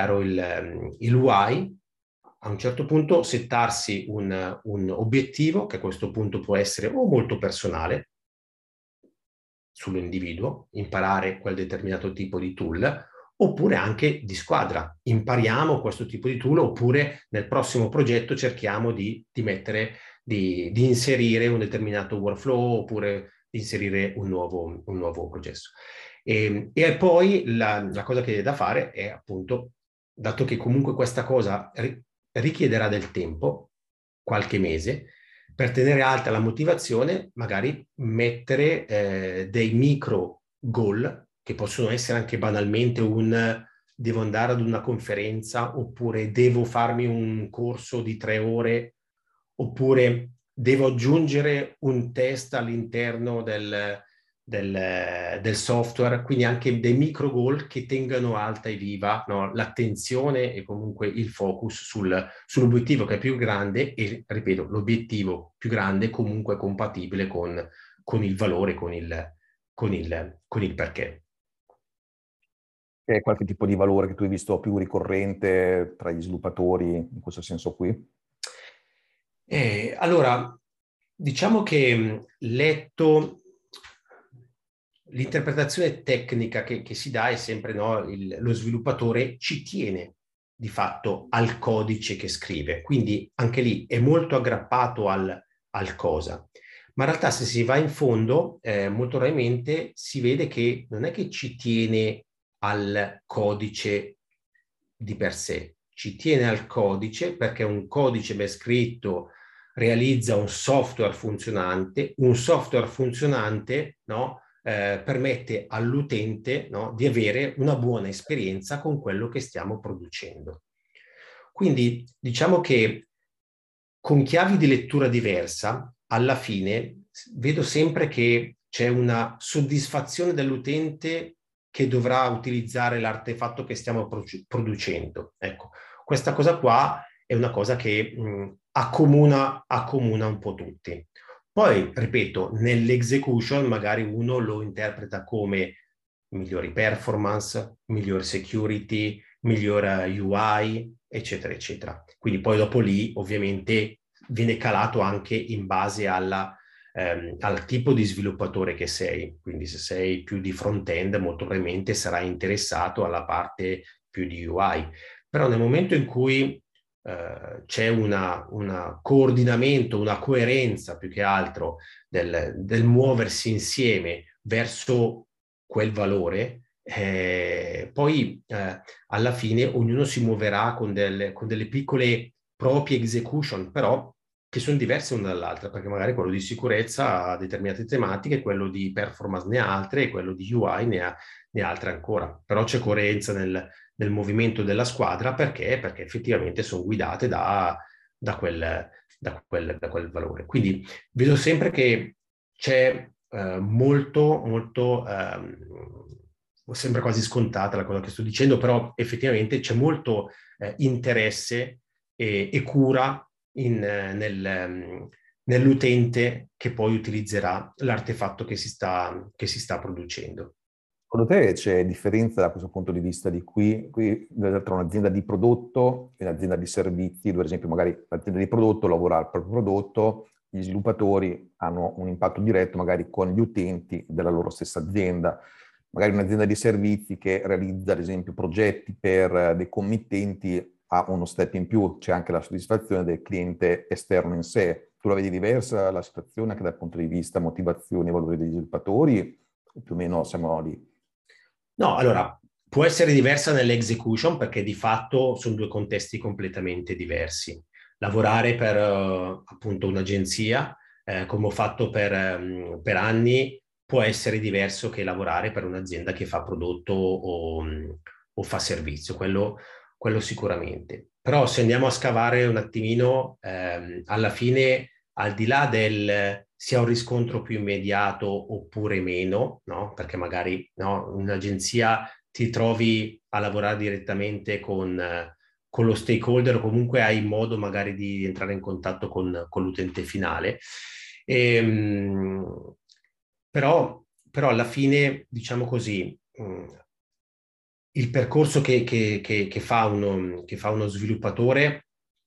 S4: why, a un certo punto settarsi un obiettivo, che a questo punto può essere o molto personale, sull'individuo, imparare quel determinato tipo di tool, oppure anche di squadra. Impariamo questo tipo di tool, oppure nel prossimo progetto cerchiamo di inserire un determinato workflow, oppure di inserire un nuovo processo. E poi la cosa che è da fare è appunto, dato che comunque questa cosa richiederà del tempo, qualche mese, per tenere alta la motivazione, magari mettere dei micro goal, che possono essere anche banalmente devo andare ad una conferenza, oppure devo farmi un corso di 3 ore, oppure devo aggiungere un test all'interno del software, quindi anche dei micro goal che tengano alta e viva, no, l'attenzione e comunque il focus sull'obiettivo che è più grande, e ripeto, l'obiettivo più grande è comunque compatibile con il valore, con il perché.
S3: C'è qualche tipo di valore che tu hai visto più ricorrente tra gli sviluppatori in questo senso qui?
S4: Allora, diciamo che letto l'interpretazione tecnica che si dà è sempre, no, lo sviluppatore ci tiene di fatto al codice che scrive, quindi anche lì è molto aggrappato al cosa. Ma in realtà se si va in fondo, molto raramente si vede che non è che ci tiene al codice di per sé, ci tiene al codice perché un codice ben scritto realizza un software funzionante, no, permette all'utente, no, di avere una buona esperienza con quello che stiamo producendo. Quindi diciamo che con chiavi di lettura diversa, alla fine vedo sempre che c'è una soddisfazione dell'utente che dovrà utilizzare l'artefatto che stiamo producendo. Ecco, questa cosa qua è una cosa che accomuna un po' tutti. Poi, ripeto, nell'execution magari uno lo interpreta come migliori performance, miglior security, miglior UI, eccetera, eccetera. Quindi poi dopo lì ovviamente viene calato anche in base al tipo di sviluppatore che sei. Quindi se sei più di front-end, molto probabilmente sarai interessato alla parte più di UI. Però nel momento in cui c'è un coordinamento, una coerenza più che altro del muoversi insieme verso quel valore, poi alla fine ognuno si muoverà con delle piccole proprie execution, però che sono diverse una dall'altra, perché magari quello di sicurezza ha determinate tematiche, quello di performance ne ha altre e quello di UI ne ha altre ancora. Però c'è coerenza nel movimento della squadra perché effettivamente sono guidate da quel valore. Quindi vedo sempre che c'è molto sembra quasi scontata la cosa che sto dicendo, però effettivamente c'è molto interesse e cura nell'utente che poi utilizzerà l'artefatto che si sta producendo.
S3: Secondo te c'è differenza da questo punto di vista di qui tra un'azienda di prodotto e un'azienda di servizi, dove ad esempio magari l'azienda di prodotto lavora al proprio prodotto, gli sviluppatori hanno un impatto diretto magari con gli utenti della loro stessa azienda, magari un'azienda di servizi che realizza ad esempio progetti per dei committenti ha uno step in più, c'è anche la soddisfazione del cliente esterno in sé. Tu la vedi diversa la situazione anche dal punto di vista motivazioni e valori degli sviluppatori? O più o meno siamo lì?
S4: No, allora, può essere diversa nell'execution perché di fatto sono due contesti completamente diversi. Lavorare per appunto un'agenzia, come ho fatto per anni, può essere diverso che lavorare per un'azienda che fa prodotto o fa servizio, quello sicuramente. Però se andiamo a scavare un attimino, alla fine, al di là del sia un riscontro più immediato oppure meno, no? Perché magari no, in un'agenzia ti trovi a lavorare direttamente con lo stakeholder o comunque hai modo magari di entrare in contatto con l'utente finale. Però alla fine, diciamo così, il percorso che fa uno sviluppatore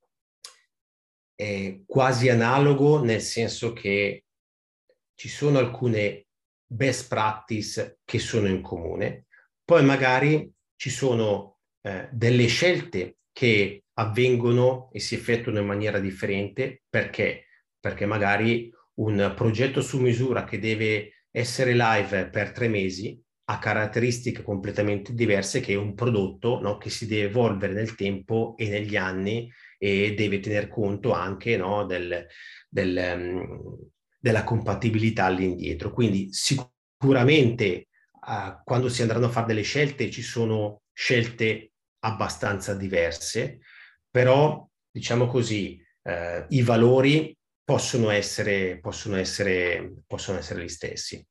S4: è quasi analogo, nel senso che ci sono alcune best practice che sono in comune, poi magari ci sono delle scelte che avvengono e si effettuano in maniera differente perché magari un progetto su misura che deve essere live per 3 mesi ha caratteristiche completamente diverse che un prodotto, no, che si deve evolvere nel tempo e negli anni e deve tener conto anche, no, della compatibilità all'indietro. Quindi sicuramente quando si andranno a fare delle scelte ci sono scelte abbastanza diverse, però diciamo così i valori possono essere gli stessi.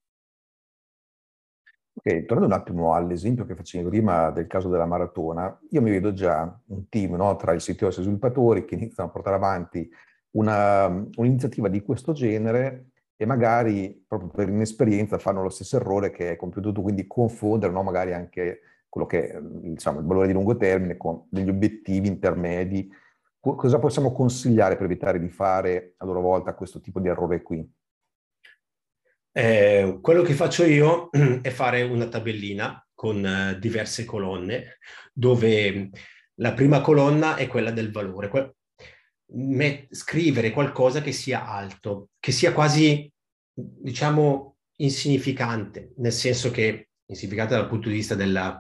S3: Ok, tornando un attimo all'esempio che facevi prima del caso della maratona, io mi vedo già un team, no, tra il CTO e i suoi sviluppatori che iniziano a portare avanti un'iniziativa di questo genere e magari proprio per inesperienza fanno lo stesso errore che è compiuto tu, quindi confondere, no, magari anche quello che è, diciamo, il valore di lungo termine con degli obiettivi intermedi. Cosa possiamo consigliare per evitare di fare a loro volta questo tipo di errore qui?
S4: Quello che faccio io è fare una tabellina con diverse colonne, dove la prima colonna è quella del valore. Scrivere qualcosa che sia alto, che sia quasi, diciamo, insignificante, nel senso che insignificante dal punto di vista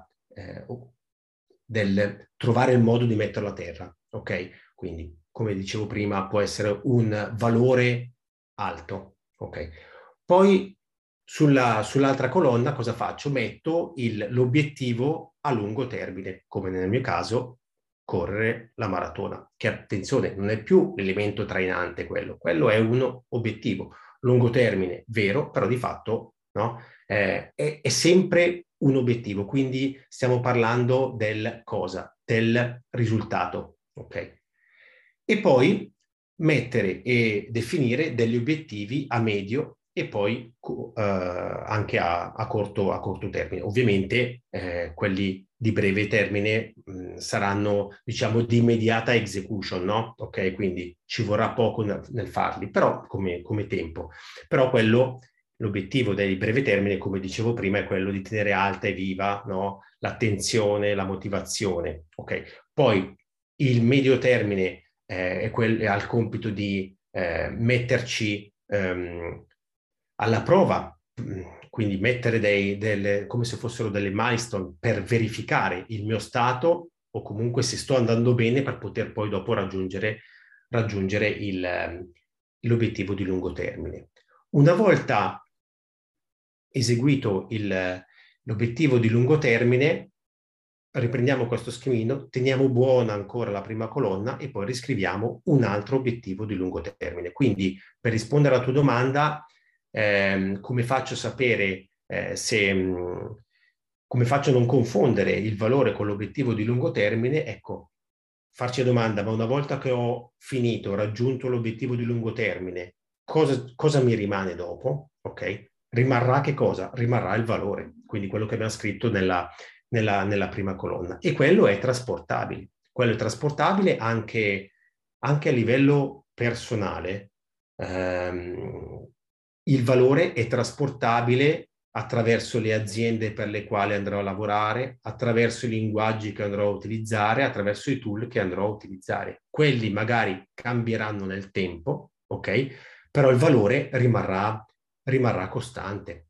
S4: del trovare il modo di metterlo a terra, ok? Quindi, come dicevo prima, può essere un valore alto, ok? Poi Sull'altra colonna cosa faccio? Metto l'obiettivo a lungo termine, come nel mio caso correre la maratona, che attenzione, non è più l'elemento trainante quello è uno obiettivo, lungo termine, vero, però di fatto no? È sempre un obiettivo, quindi stiamo parlando del cosa? Del risultato, ok? E poi mettere e definire degli obiettivi a medio e poi anche a corto termine. Ovviamente quelli di breve termine saranno, diciamo, di immediata execution, no? Ok, quindi ci vorrà poco nel farli, però come tempo. Però l'obiettivo dei breve termine, come dicevo prima, è quello di tenere alta e viva, no? L'attenzione, la motivazione. Ok, poi il medio termine ha il compito di metterci alla prova, quindi mettere come se fossero delle milestone per verificare il mio stato o comunque se sto andando bene per poter poi dopo raggiungere l'obiettivo di lungo termine. Una volta eseguito l'obiettivo di lungo termine, riprendiamo questo schemino, teniamo buona ancora la prima colonna e poi riscriviamo un altro obiettivo di lungo termine. Quindi, per rispondere alla tua domanda, come faccio a sapere come faccio a non confondere il valore con l'obiettivo di lungo termine? Ecco, farci la domanda, ma una volta che ho finito, raggiunto l'obiettivo di lungo termine, cosa mi rimane dopo? Ok? Rimarrà che cosa? Rimarrà il valore, quindi quello che abbiamo scritto nella prima colonna. E quello è trasportabile. Quello è trasportabile anche a livello personale. Il valore è trasportabile attraverso le aziende per le quali andrò a lavorare, attraverso i linguaggi che andrò a utilizzare, attraverso i tool che andrò a utilizzare. Quelli magari cambieranno nel tempo, ok? Però il valore rimarrà costante.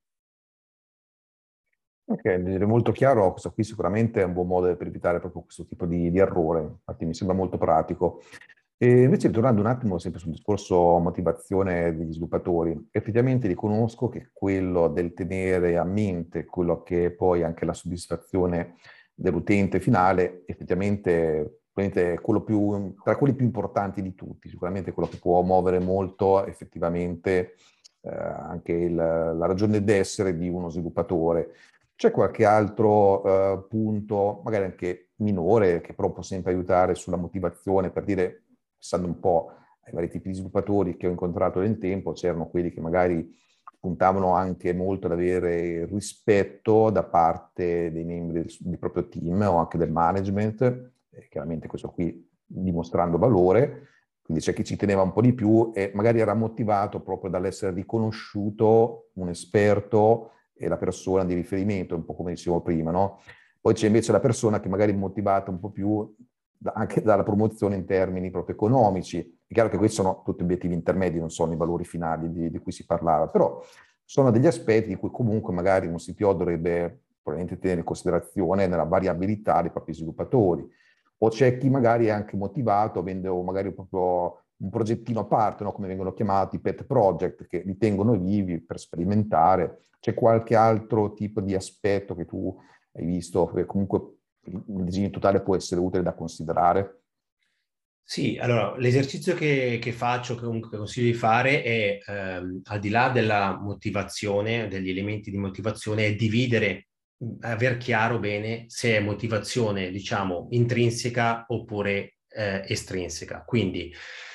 S3: Ok, è molto chiaro, questo qui sicuramente è un buon modo per evitare proprio questo tipo di errore, infatti mi sembra molto pratico. E invece tornando un attimo sempre sul discorso motivazione degli sviluppatori, effettivamente riconosco che quello del tenere a mente quello che è poi anche la soddisfazione dell'utente finale, effettivamente è quello tra quelli più importanti di tutti, sicuramente quello che può muovere molto effettivamente anche la ragione d'essere di uno sviluppatore. C'è qualche altro punto, magari anche minore, che però può sempre aiutare sulla motivazione, per dire, pensando un po' ai vari tipi di sviluppatori che ho incontrato nel tempo, c'erano quelli che magari puntavano anche molto ad avere rispetto da parte dei membri del proprio team o anche del management, chiaramente questo qui dimostrando valore, quindi c'è chi ci teneva un po' di più e magari era motivato proprio dall'essere riconosciuto un esperto e la persona di riferimento, un po' come dicevo prima, no? Poi c'è invece la persona che magari è motivata un po' più anche dalla promozione in termini proprio economici. È chiaro che questi sono tutti obiettivi intermedi, non sono i valori finali di cui si parlava, però sono degli aspetti di cui comunque magari un CTO dovrebbe probabilmente tenere in considerazione nella variabilità dei propri sviluppatori. O c'è chi magari è anche motivato, avendo magari proprio un progettino a parte, no? Come vengono chiamati, pet project, che li tengono vivi per sperimentare. C'è qualche altro tipo di aspetto che tu hai visto, che comunque il disegno totale può essere utile da considerare?
S4: Sì, allora l'esercizio che faccio, che comunque consiglio di fare è, al di là della motivazione, degli elementi di motivazione, è dividere, aver chiaro bene se è motivazione, diciamo, intrinseca oppure estrinseca. Quindi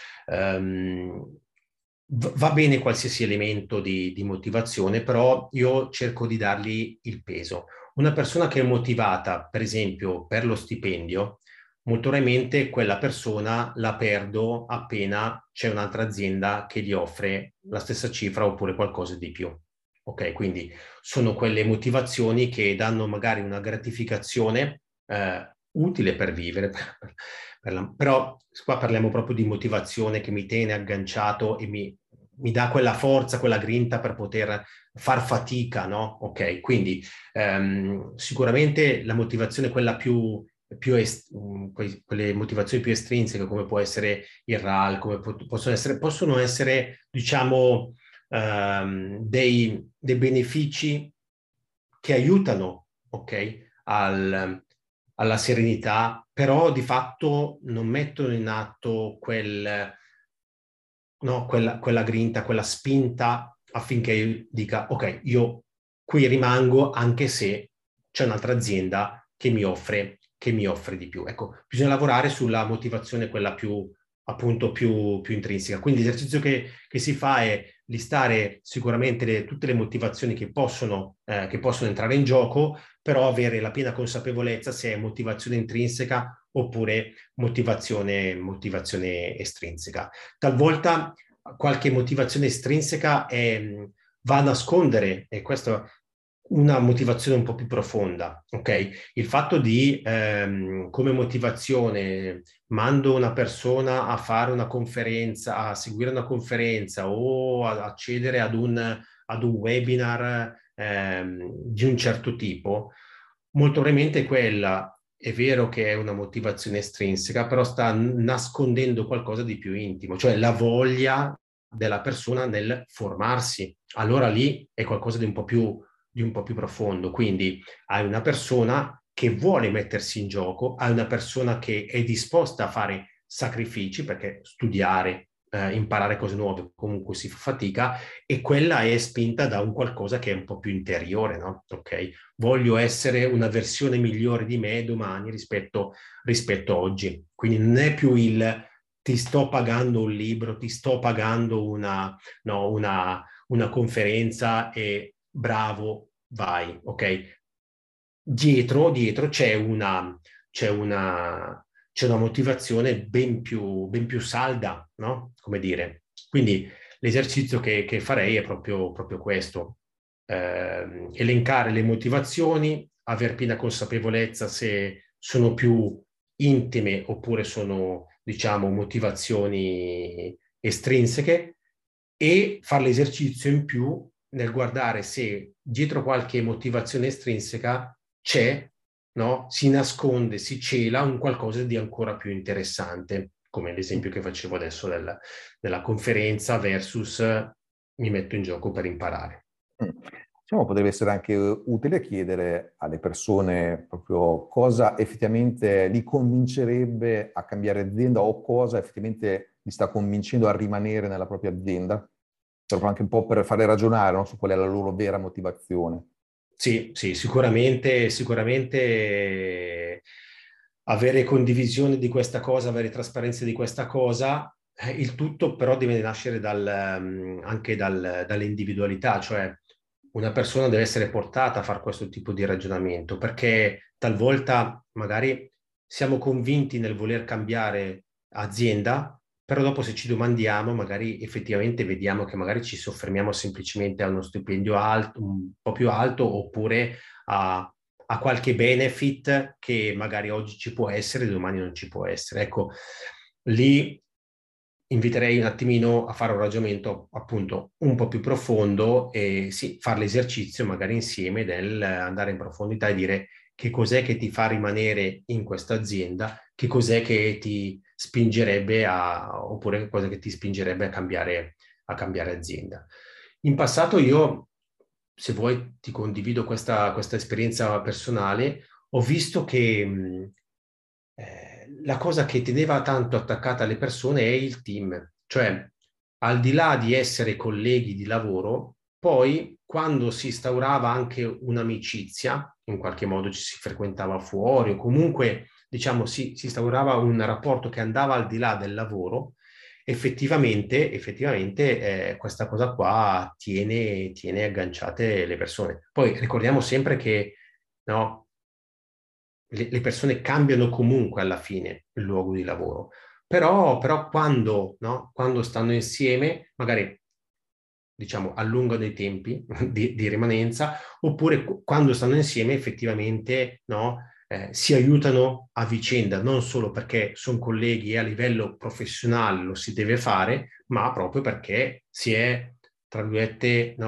S4: va bene qualsiasi elemento di motivazione, però io cerco di dargli il peso. Una persona che è motivata, per esempio, per lo stipendio, molto probabilmente quella persona la perdo appena c'è un'altra azienda che gli offre la stessa cifra oppure qualcosa di più. Ok, quindi sono quelle motivazioni che danno magari una gratificazione utile per vivere, però qua parliamo proprio di motivazione che mi tiene agganciato e mi dà quella forza, quella grinta per poter far fatica, no? Ok, quindi sicuramente la motivazione quella quelle motivazioni più estrinseche come può essere il RAL, come possono essere, diciamo, dei benefici che aiutano, ok, alla serenità, però di fatto non mettono in atto quella grinta, quella spinta affinché io dica, ok, io qui rimango anche se c'è un'altra azienda che mi offre di più. Ecco, bisogna lavorare sulla motivazione, quella più, appunto, più intrinseca. Quindi l'esercizio che si fa è listare sicuramente tutte le motivazioni che possono entrare in gioco, però avere la piena consapevolezza se è motivazione intrinseca oppure motivazione estrinseca. Talvolta qualche motivazione estrinseca va a nascondere, e questa è una motivazione un po' più profonda, ok? Il fatto di, come motivazione, mando una persona a fare una conferenza, a seguire una conferenza o ad accedere ad un webinar di un certo tipo, molto probabilmente quella è vero che è una motivazione estrinseca, però sta nascondendo qualcosa di più intimo, cioè la voglia della persona nel formarsi. Allora lì è qualcosa di un po' più profondo. Quindi hai una persona che vuole mettersi in gioco, hai una persona che è disposta a fare sacrifici, perché studiare, imparare cose nuove comunque si fa fatica, e quella è spinta da un qualcosa che è un po' più interiore, no? Ok? Voglio essere una versione migliore di me domani rispetto a oggi. Quindi non è più il ti sto pagando un libro, ti sto pagando una conferenza e bravo, vai, ok? Dietro c'è una motivazione ben più salda, no? Come dire. Quindi l'esercizio che farei è proprio questo. Elencare le motivazioni, aver piena consapevolezza se sono più intime oppure sono, diciamo, motivazioni estrinseche, e fare l'esercizio in più nel guardare se dietro qualche motivazione estrinseca c'è, no? Si nasconde, si cela un qualcosa di ancora più interessante, come l'esempio che facevo adesso della conferenza versus mi metto in gioco per imparare.
S3: Diciamo, potrebbe essere anche utile chiedere alle persone proprio cosa effettivamente li convincerebbe a cambiare azienda o cosa effettivamente li sta convincendo a rimanere nella propria azienda, proprio anche un po' per fare ragionare, no, su qual è la loro vera motivazione.
S4: Sì, sicuramente avere condivisione di questa cosa, avere trasparenza di questa cosa, il tutto però deve nascere anche dall'individualità, cioè una persona deve essere portata a fare questo tipo di ragionamento, perché talvolta magari siamo convinti nel voler cambiare azienda, però dopo se ci domandiamo, magari effettivamente vediamo che magari ci soffermiamo semplicemente a uno stipendio alto, un po' più alto, oppure a qualche benefit che magari oggi ci può essere, domani non ci può essere. Ecco, lì inviterei un attimino a fare un ragionamento appunto un po' più profondo e sì, fare l'esercizio magari insieme del andare in profondità e dire che cos'è che ti fa rimanere in questa azienda, che cos'è che ti spingerebbe oppure cosa che ti spingerebbe a cambiare azienda. In passato io, se vuoi, ti condivido questa esperienza personale. Ho visto che la cosa che teneva tanto attaccata alle persone è il team, cioè al di là di essere colleghi di lavoro, poi quando si instaurava anche un'amicizia, in qualche modo ci si frequentava fuori o comunque diciamo si instaurava un rapporto che andava al di là del lavoro, effettivamente questa cosa qua tiene agganciate le persone. Poi ricordiamo sempre che no, le persone cambiano comunque alla fine il luogo di lavoro, però quando stanno insieme, magari diciamo allungano i tempi di rimanenza, oppure quando stanno insieme effettivamente si aiutano a vicenda, non solo perché sono colleghi e a livello professionale lo si deve fare, ma proprio perché si è, tra virgolette,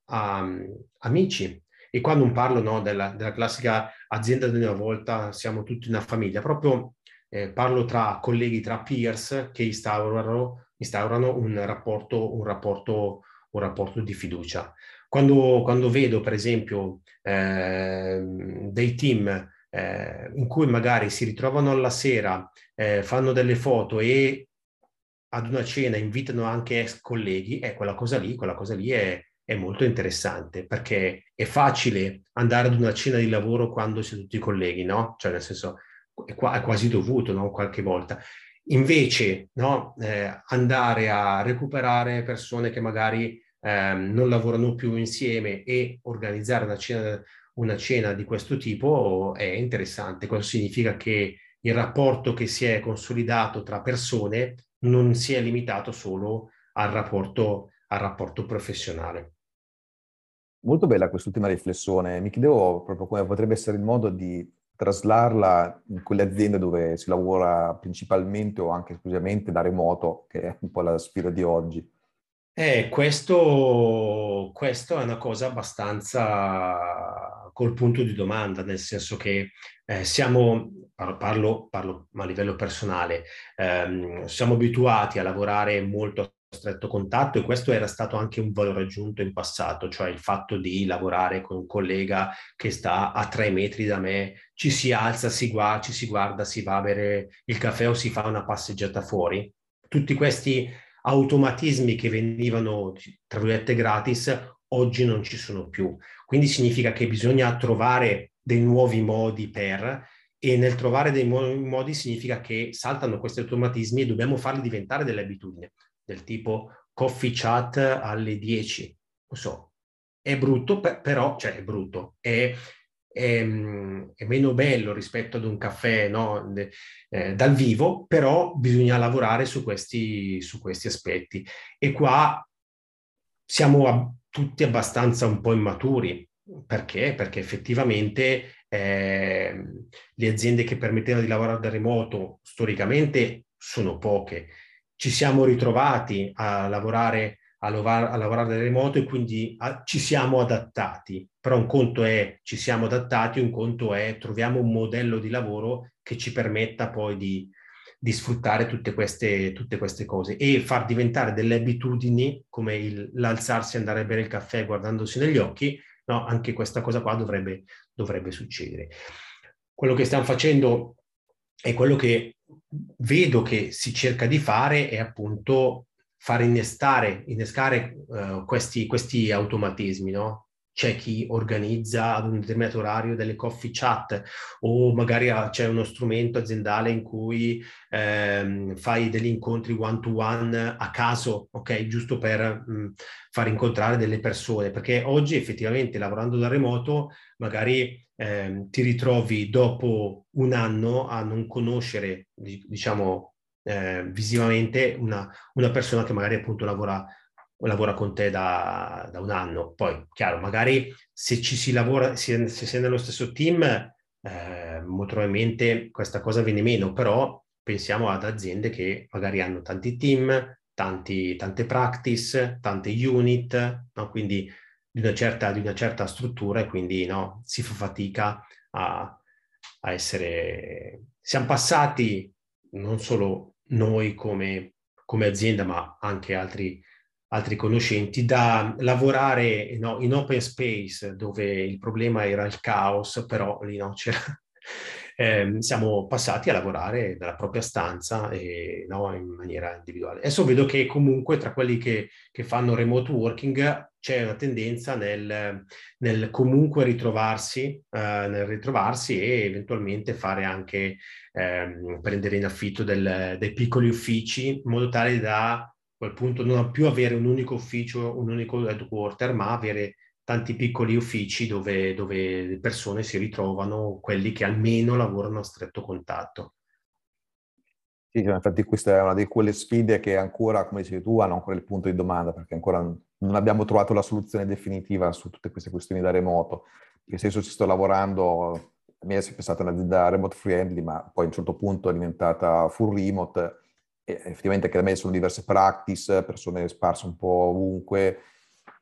S4: amici. E quando non parlo della classica azienda di una volta, siamo tutti una famiglia, proprio parlo tra colleghi, tra peers che instaurano un rapporto di fiducia. Quando vedo, per esempio, dei team in cui magari si ritrovano alla sera, fanno delle foto e ad una cena invitano anche ex colleghi, quella cosa lì è molto interessante, perché è facile andare ad una cena di lavoro quando si è tutti colleghi, no? Cioè, nel senso, è quasi dovuto, no? Qualche volta. Invece, no? Andare a recuperare persone che magari non lavorano più insieme e organizzare una cena di questo tipo è interessante. Questo significa che il rapporto che si è consolidato tra persone non si è limitato solo al rapporto professionale.
S3: Molto bella quest'ultima riflessione. Mi chiedevo proprio come potrebbe essere il modo di traslarla in quelle aziende dove si lavora principalmente o anche esclusivamente da remoto, che è un po' la sfida di oggi.
S4: Questo è una cosa abbastanza col punto di domanda, nel senso che parlo a livello personale, siamo abituati a lavorare molto a stretto contatto e questo era stato anche un valore aggiunto in passato, cioè il fatto di lavorare con un collega che sta a 3 metri da me, ci si alza, ci si guarda, si va a bere il caffè o si fa una passeggiata fuori. Tutti questi automatismi che venivano, tra virgolette, gratis, oggi non ci sono più. Quindi significa che bisogna trovare dei nuovi modi e nel trovare dei nuovi modi significa che saltano questi automatismi e dobbiamo farli diventare delle abitudini, del tipo coffee chat alle 10. Non so, è brutto, però, cioè è brutto, è meno bello rispetto ad un caffè, no? Dal vivo, però bisogna lavorare su questi aspetti. E qua siamo tutti abbastanza un po' immaturi. Perché? Perché effettivamente le aziende che permettevano di lavorare da remoto storicamente sono poche. Ci siamo ritrovati a lavorare da remoto e quindi ci siamo adattati. Però un conto è ci siamo adattati, un conto è troviamo un modello di lavoro che ci permetta poi di sfruttare tutte queste cose e far diventare delle abitudini come l'alzarsi e andare a bere il caffè guardandosi negli occhi, no? Anche questa cosa qua dovrebbe succedere. Quello che stiamo facendo e quello che vedo che si cerca di fare è appunto far innescare questi automatismi, no? C'è chi organizza ad un determinato orario delle coffee chat o magari c'è uno strumento aziendale in cui fai degli incontri one-to-one a caso, ok? Giusto per far incontrare delle persone, perché oggi effettivamente lavorando da remoto magari ti ritrovi dopo un anno a non conoscere, diciamo, visivamente una persona che magari appunto lavora con te da un anno. Poi, chiaro, magari se ci si lavora, se sei nello stesso team, molto probabilmente questa cosa viene meno, però pensiamo ad aziende che magari hanno tanti team, tante practice, tante unit, no? Quindi di una certa struttura e quindi no, si fa fatica a essere... Siamo passati, non solo noi come azienda, ma anche altri conoscenti, da lavorare no, in open space dove il problema era il caos, però lì no, c'era... siamo passati a lavorare dalla propria stanza e, no, in maniera individuale. Adesso vedo che comunque tra quelli che fanno remote working c'è una tendenza nel comunque nel ritrovarsi e eventualmente fare anche prendere in affitto dei piccoli uffici in modo tale da a quel punto non più avere un unico ufficio, un unico headquarter, ma avere tanti piccoli uffici dove le persone si ritrovano, quelli che almeno lavorano a stretto contatto.
S3: Sì, cioè, infatti questa è una di quelle sfide che ancora, come dicevi tu, hanno ancora il punto di domanda, perché ancora non abbiamo trovato la soluzione definitiva su tutte queste questioni da remoto. Nel senso ci sto lavorando, a me è sempre stata un'azienda remote friendly, ma poi a un certo punto è diventata full remote e effettivamente che da me sono diverse practice, persone sparse un po' ovunque,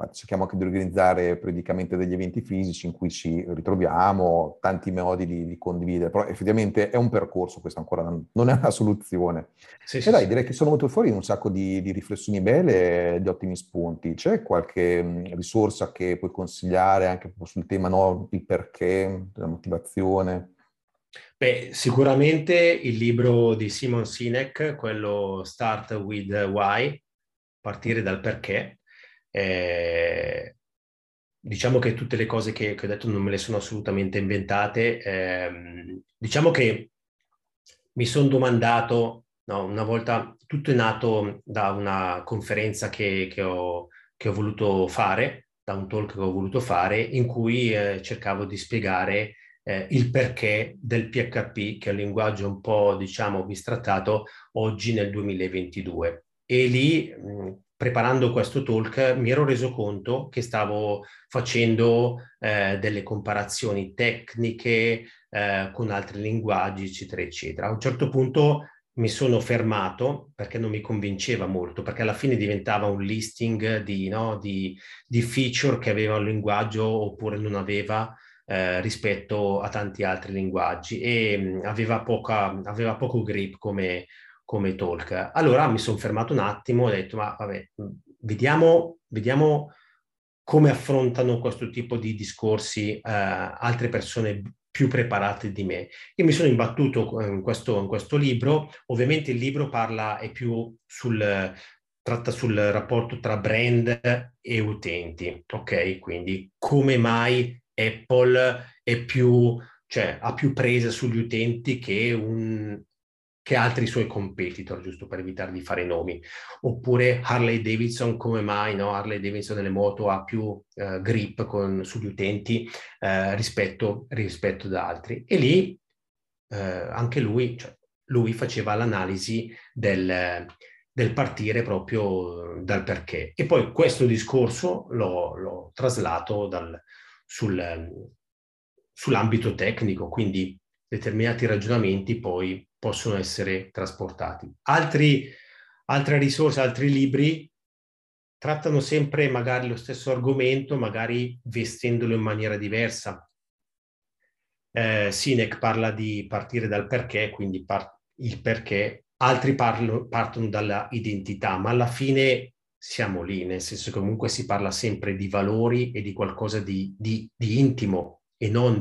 S3: cerchiamo anche di organizzare periodicamente degli eventi fisici in cui ci ritroviamo, tanti modi di condividere, però effettivamente è un percorso, questo ancora non è una soluzione.
S4: Sì,
S3: E
S4: sì,
S3: dai,
S4: sì.
S3: direi che sono venute fuori un sacco di riflessioni belle e di ottimi spunti. C'è qualche risorsa che puoi consigliare anche proprio sul tema, no? Il perché, la motivazione?
S4: Beh, sicuramente il libro di Simon Sinek, quello Start with Why, partire dal perché. Eh, diciamo che tutte le cose che ho detto non me le sono assolutamente inventate. Diciamo che mi sono domandato, no, una volta, tutto è nato da una conferenza che ho voluto fare, da un talk che ho voluto fare, in cui cercavo di spiegare il perché del PHP, che è un linguaggio un po', diciamo, bistrattato oggi nel 2022. E lì, preparando questo talk, mi ero reso conto che stavo facendo delle comparazioni tecniche con altri linguaggi, eccetera, eccetera. A un certo punto mi sono fermato perché non mi convinceva molto, perché alla fine diventava un listing di feature che aveva un linguaggio oppure non aveva rispetto a tanti altri linguaggi e aveva poco grip come talk. Allora mi sono fermato un attimo e ho detto, ma vabbè, vediamo come affrontano questo tipo di discorsi altre persone più preparate di me. Io mi sono imbattuto in questo libro. Ovviamente il libro tratta sul rapporto tra brand e utenti, ok? Quindi come mai Apple ha più presa sugli utenti che altri suoi competitor, giusto per evitare di fare nomi. Oppure Harley Davidson, come mai, no? Harley Davidson nelle moto ha più grip sugli utenti rispetto ad altri. E lì anche lui faceva l'analisi del partire proprio dal perché. E poi questo discorso l'ho traslato sull'ambito tecnico, quindi determinati ragionamenti poi possono essere trasportati. Altre risorse, altri libri trattano sempre magari lo stesso argomento, magari vestendolo in maniera diversa. Sinek parla di partire dal perché, quindi il perché, altri partono dalla identità, ma alla fine siamo lì, nel senso che comunque si parla sempre di valori e di qualcosa di intimo e non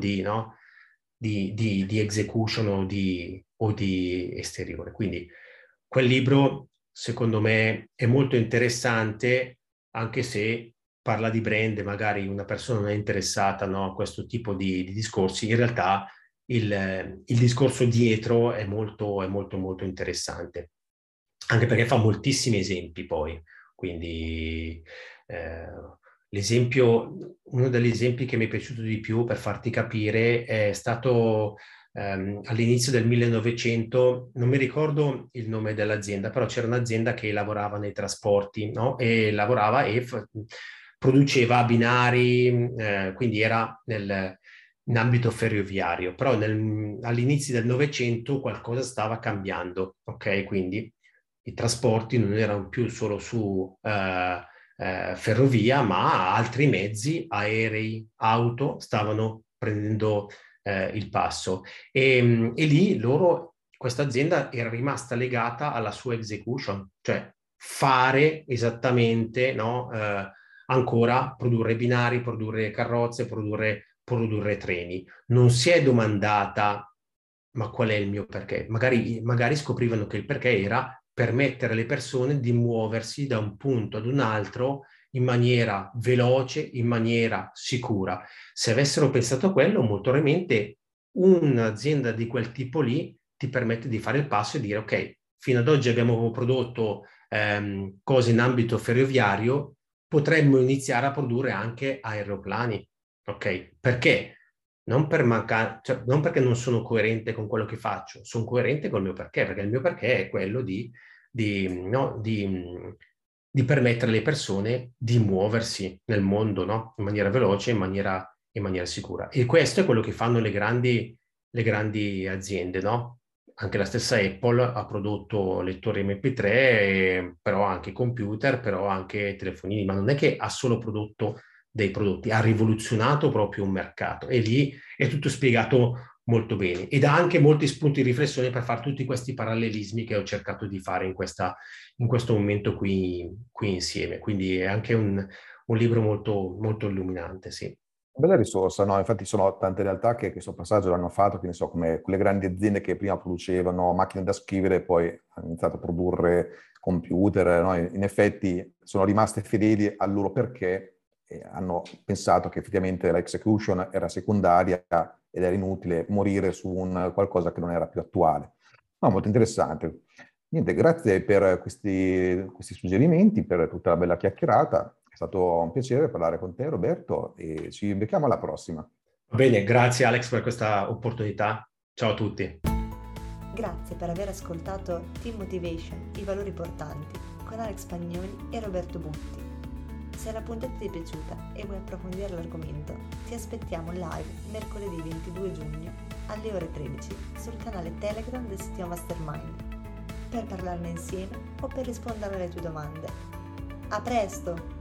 S4: di execution o di esteriore. Quindi quel libro, secondo me, è molto interessante, anche se parla di brand, magari una persona non è interessata, no, a questo tipo di discorsi. In realtà il discorso dietro è molto, molto interessante, anche perché fa moltissimi esempi poi. Quindi uno degli esempi che mi è piaciuto di più per farti capire è stato all'inizio del 1900, non mi ricordo il nome dell'azienda, però c'era un'azienda che lavorava nei trasporti, no? E lavorava e produceva binari, quindi era in ambito ferroviario, però all'inizio del Novecento qualcosa stava cambiando, ok? Quindi i trasporti non erano più solo su ferrovia, ma altri mezzi, aerei, auto, stavano prendendo il passo. E lì questa azienda era rimasta legata alla sua execution, cioè fare esattamente, no, ancora produrre binari, produrre carrozze, produrre treni. Non si è domandata ma qual è il mio perché? Magari scoprivano che il perché era permettere alle persone di muoversi da un punto ad un altro in maniera veloce, in maniera sicura. Se avessero pensato a quello, molto probabilmente un'azienda di quel tipo lì ti permette di fare il passo e dire ok, fino ad oggi abbiamo prodotto cose in ambito ferroviario, potremmo iniziare a produrre anche aeroplani. Ok? Perché? Non perché non sono coerente con quello che faccio, sono coerente col mio perché il mio perché è quello no, di permettere alle persone di muoversi nel mondo, no? In maniera veloce, in maniera sicura. E questo è quello che fanno le grandi aziende, no? anche la stessa Apple ha prodotto lettori MP3, però anche computer, però anche telefonini, ma non è che ha solo prodotto dei prodotti, ha rivoluzionato proprio un mercato e lì è tutto spiegato molto bene ed ha anche molti spunti di riflessione per fare tutti questi parallelismi che ho cercato di fare in questo momento qui insieme. Quindi è anche un libro molto, molto illuminante, sì.
S3: Bella risorsa, no? Infatti sono tante realtà che questo passaggio l'hanno fatto, che ne so, come quelle grandi aziende che prima producevano macchine da scrivere e poi hanno iniziato a produrre computer, no? In effetti sono rimaste fedeli al loro perché e hanno pensato che effettivamente l'execution era secondaria ed era inutile morire su un qualcosa che non era più attuale. No, molto interessante. Niente, grazie per questi suggerimenti, per tutta la bella chiacchierata. È stato un piacere parlare con te, Roberto, e ci becchiamo alla prossima.
S4: Va bene, grazie Alex per questa opportunità. Ciao a tutti.
S2: Grazie per aver ascoltato Team Motivation, i valori portanti, con Alex Spagnoli e Roberto Butti. Se la puntata ti è piaciuta e vuoi approfondire l'argomento, ti aspettiamo live mercoledì 22 giugno alle ore 13 sul canale Telegram del sito Mastermind, per parlarne insieme o per rispondere alle tue domande. A presto!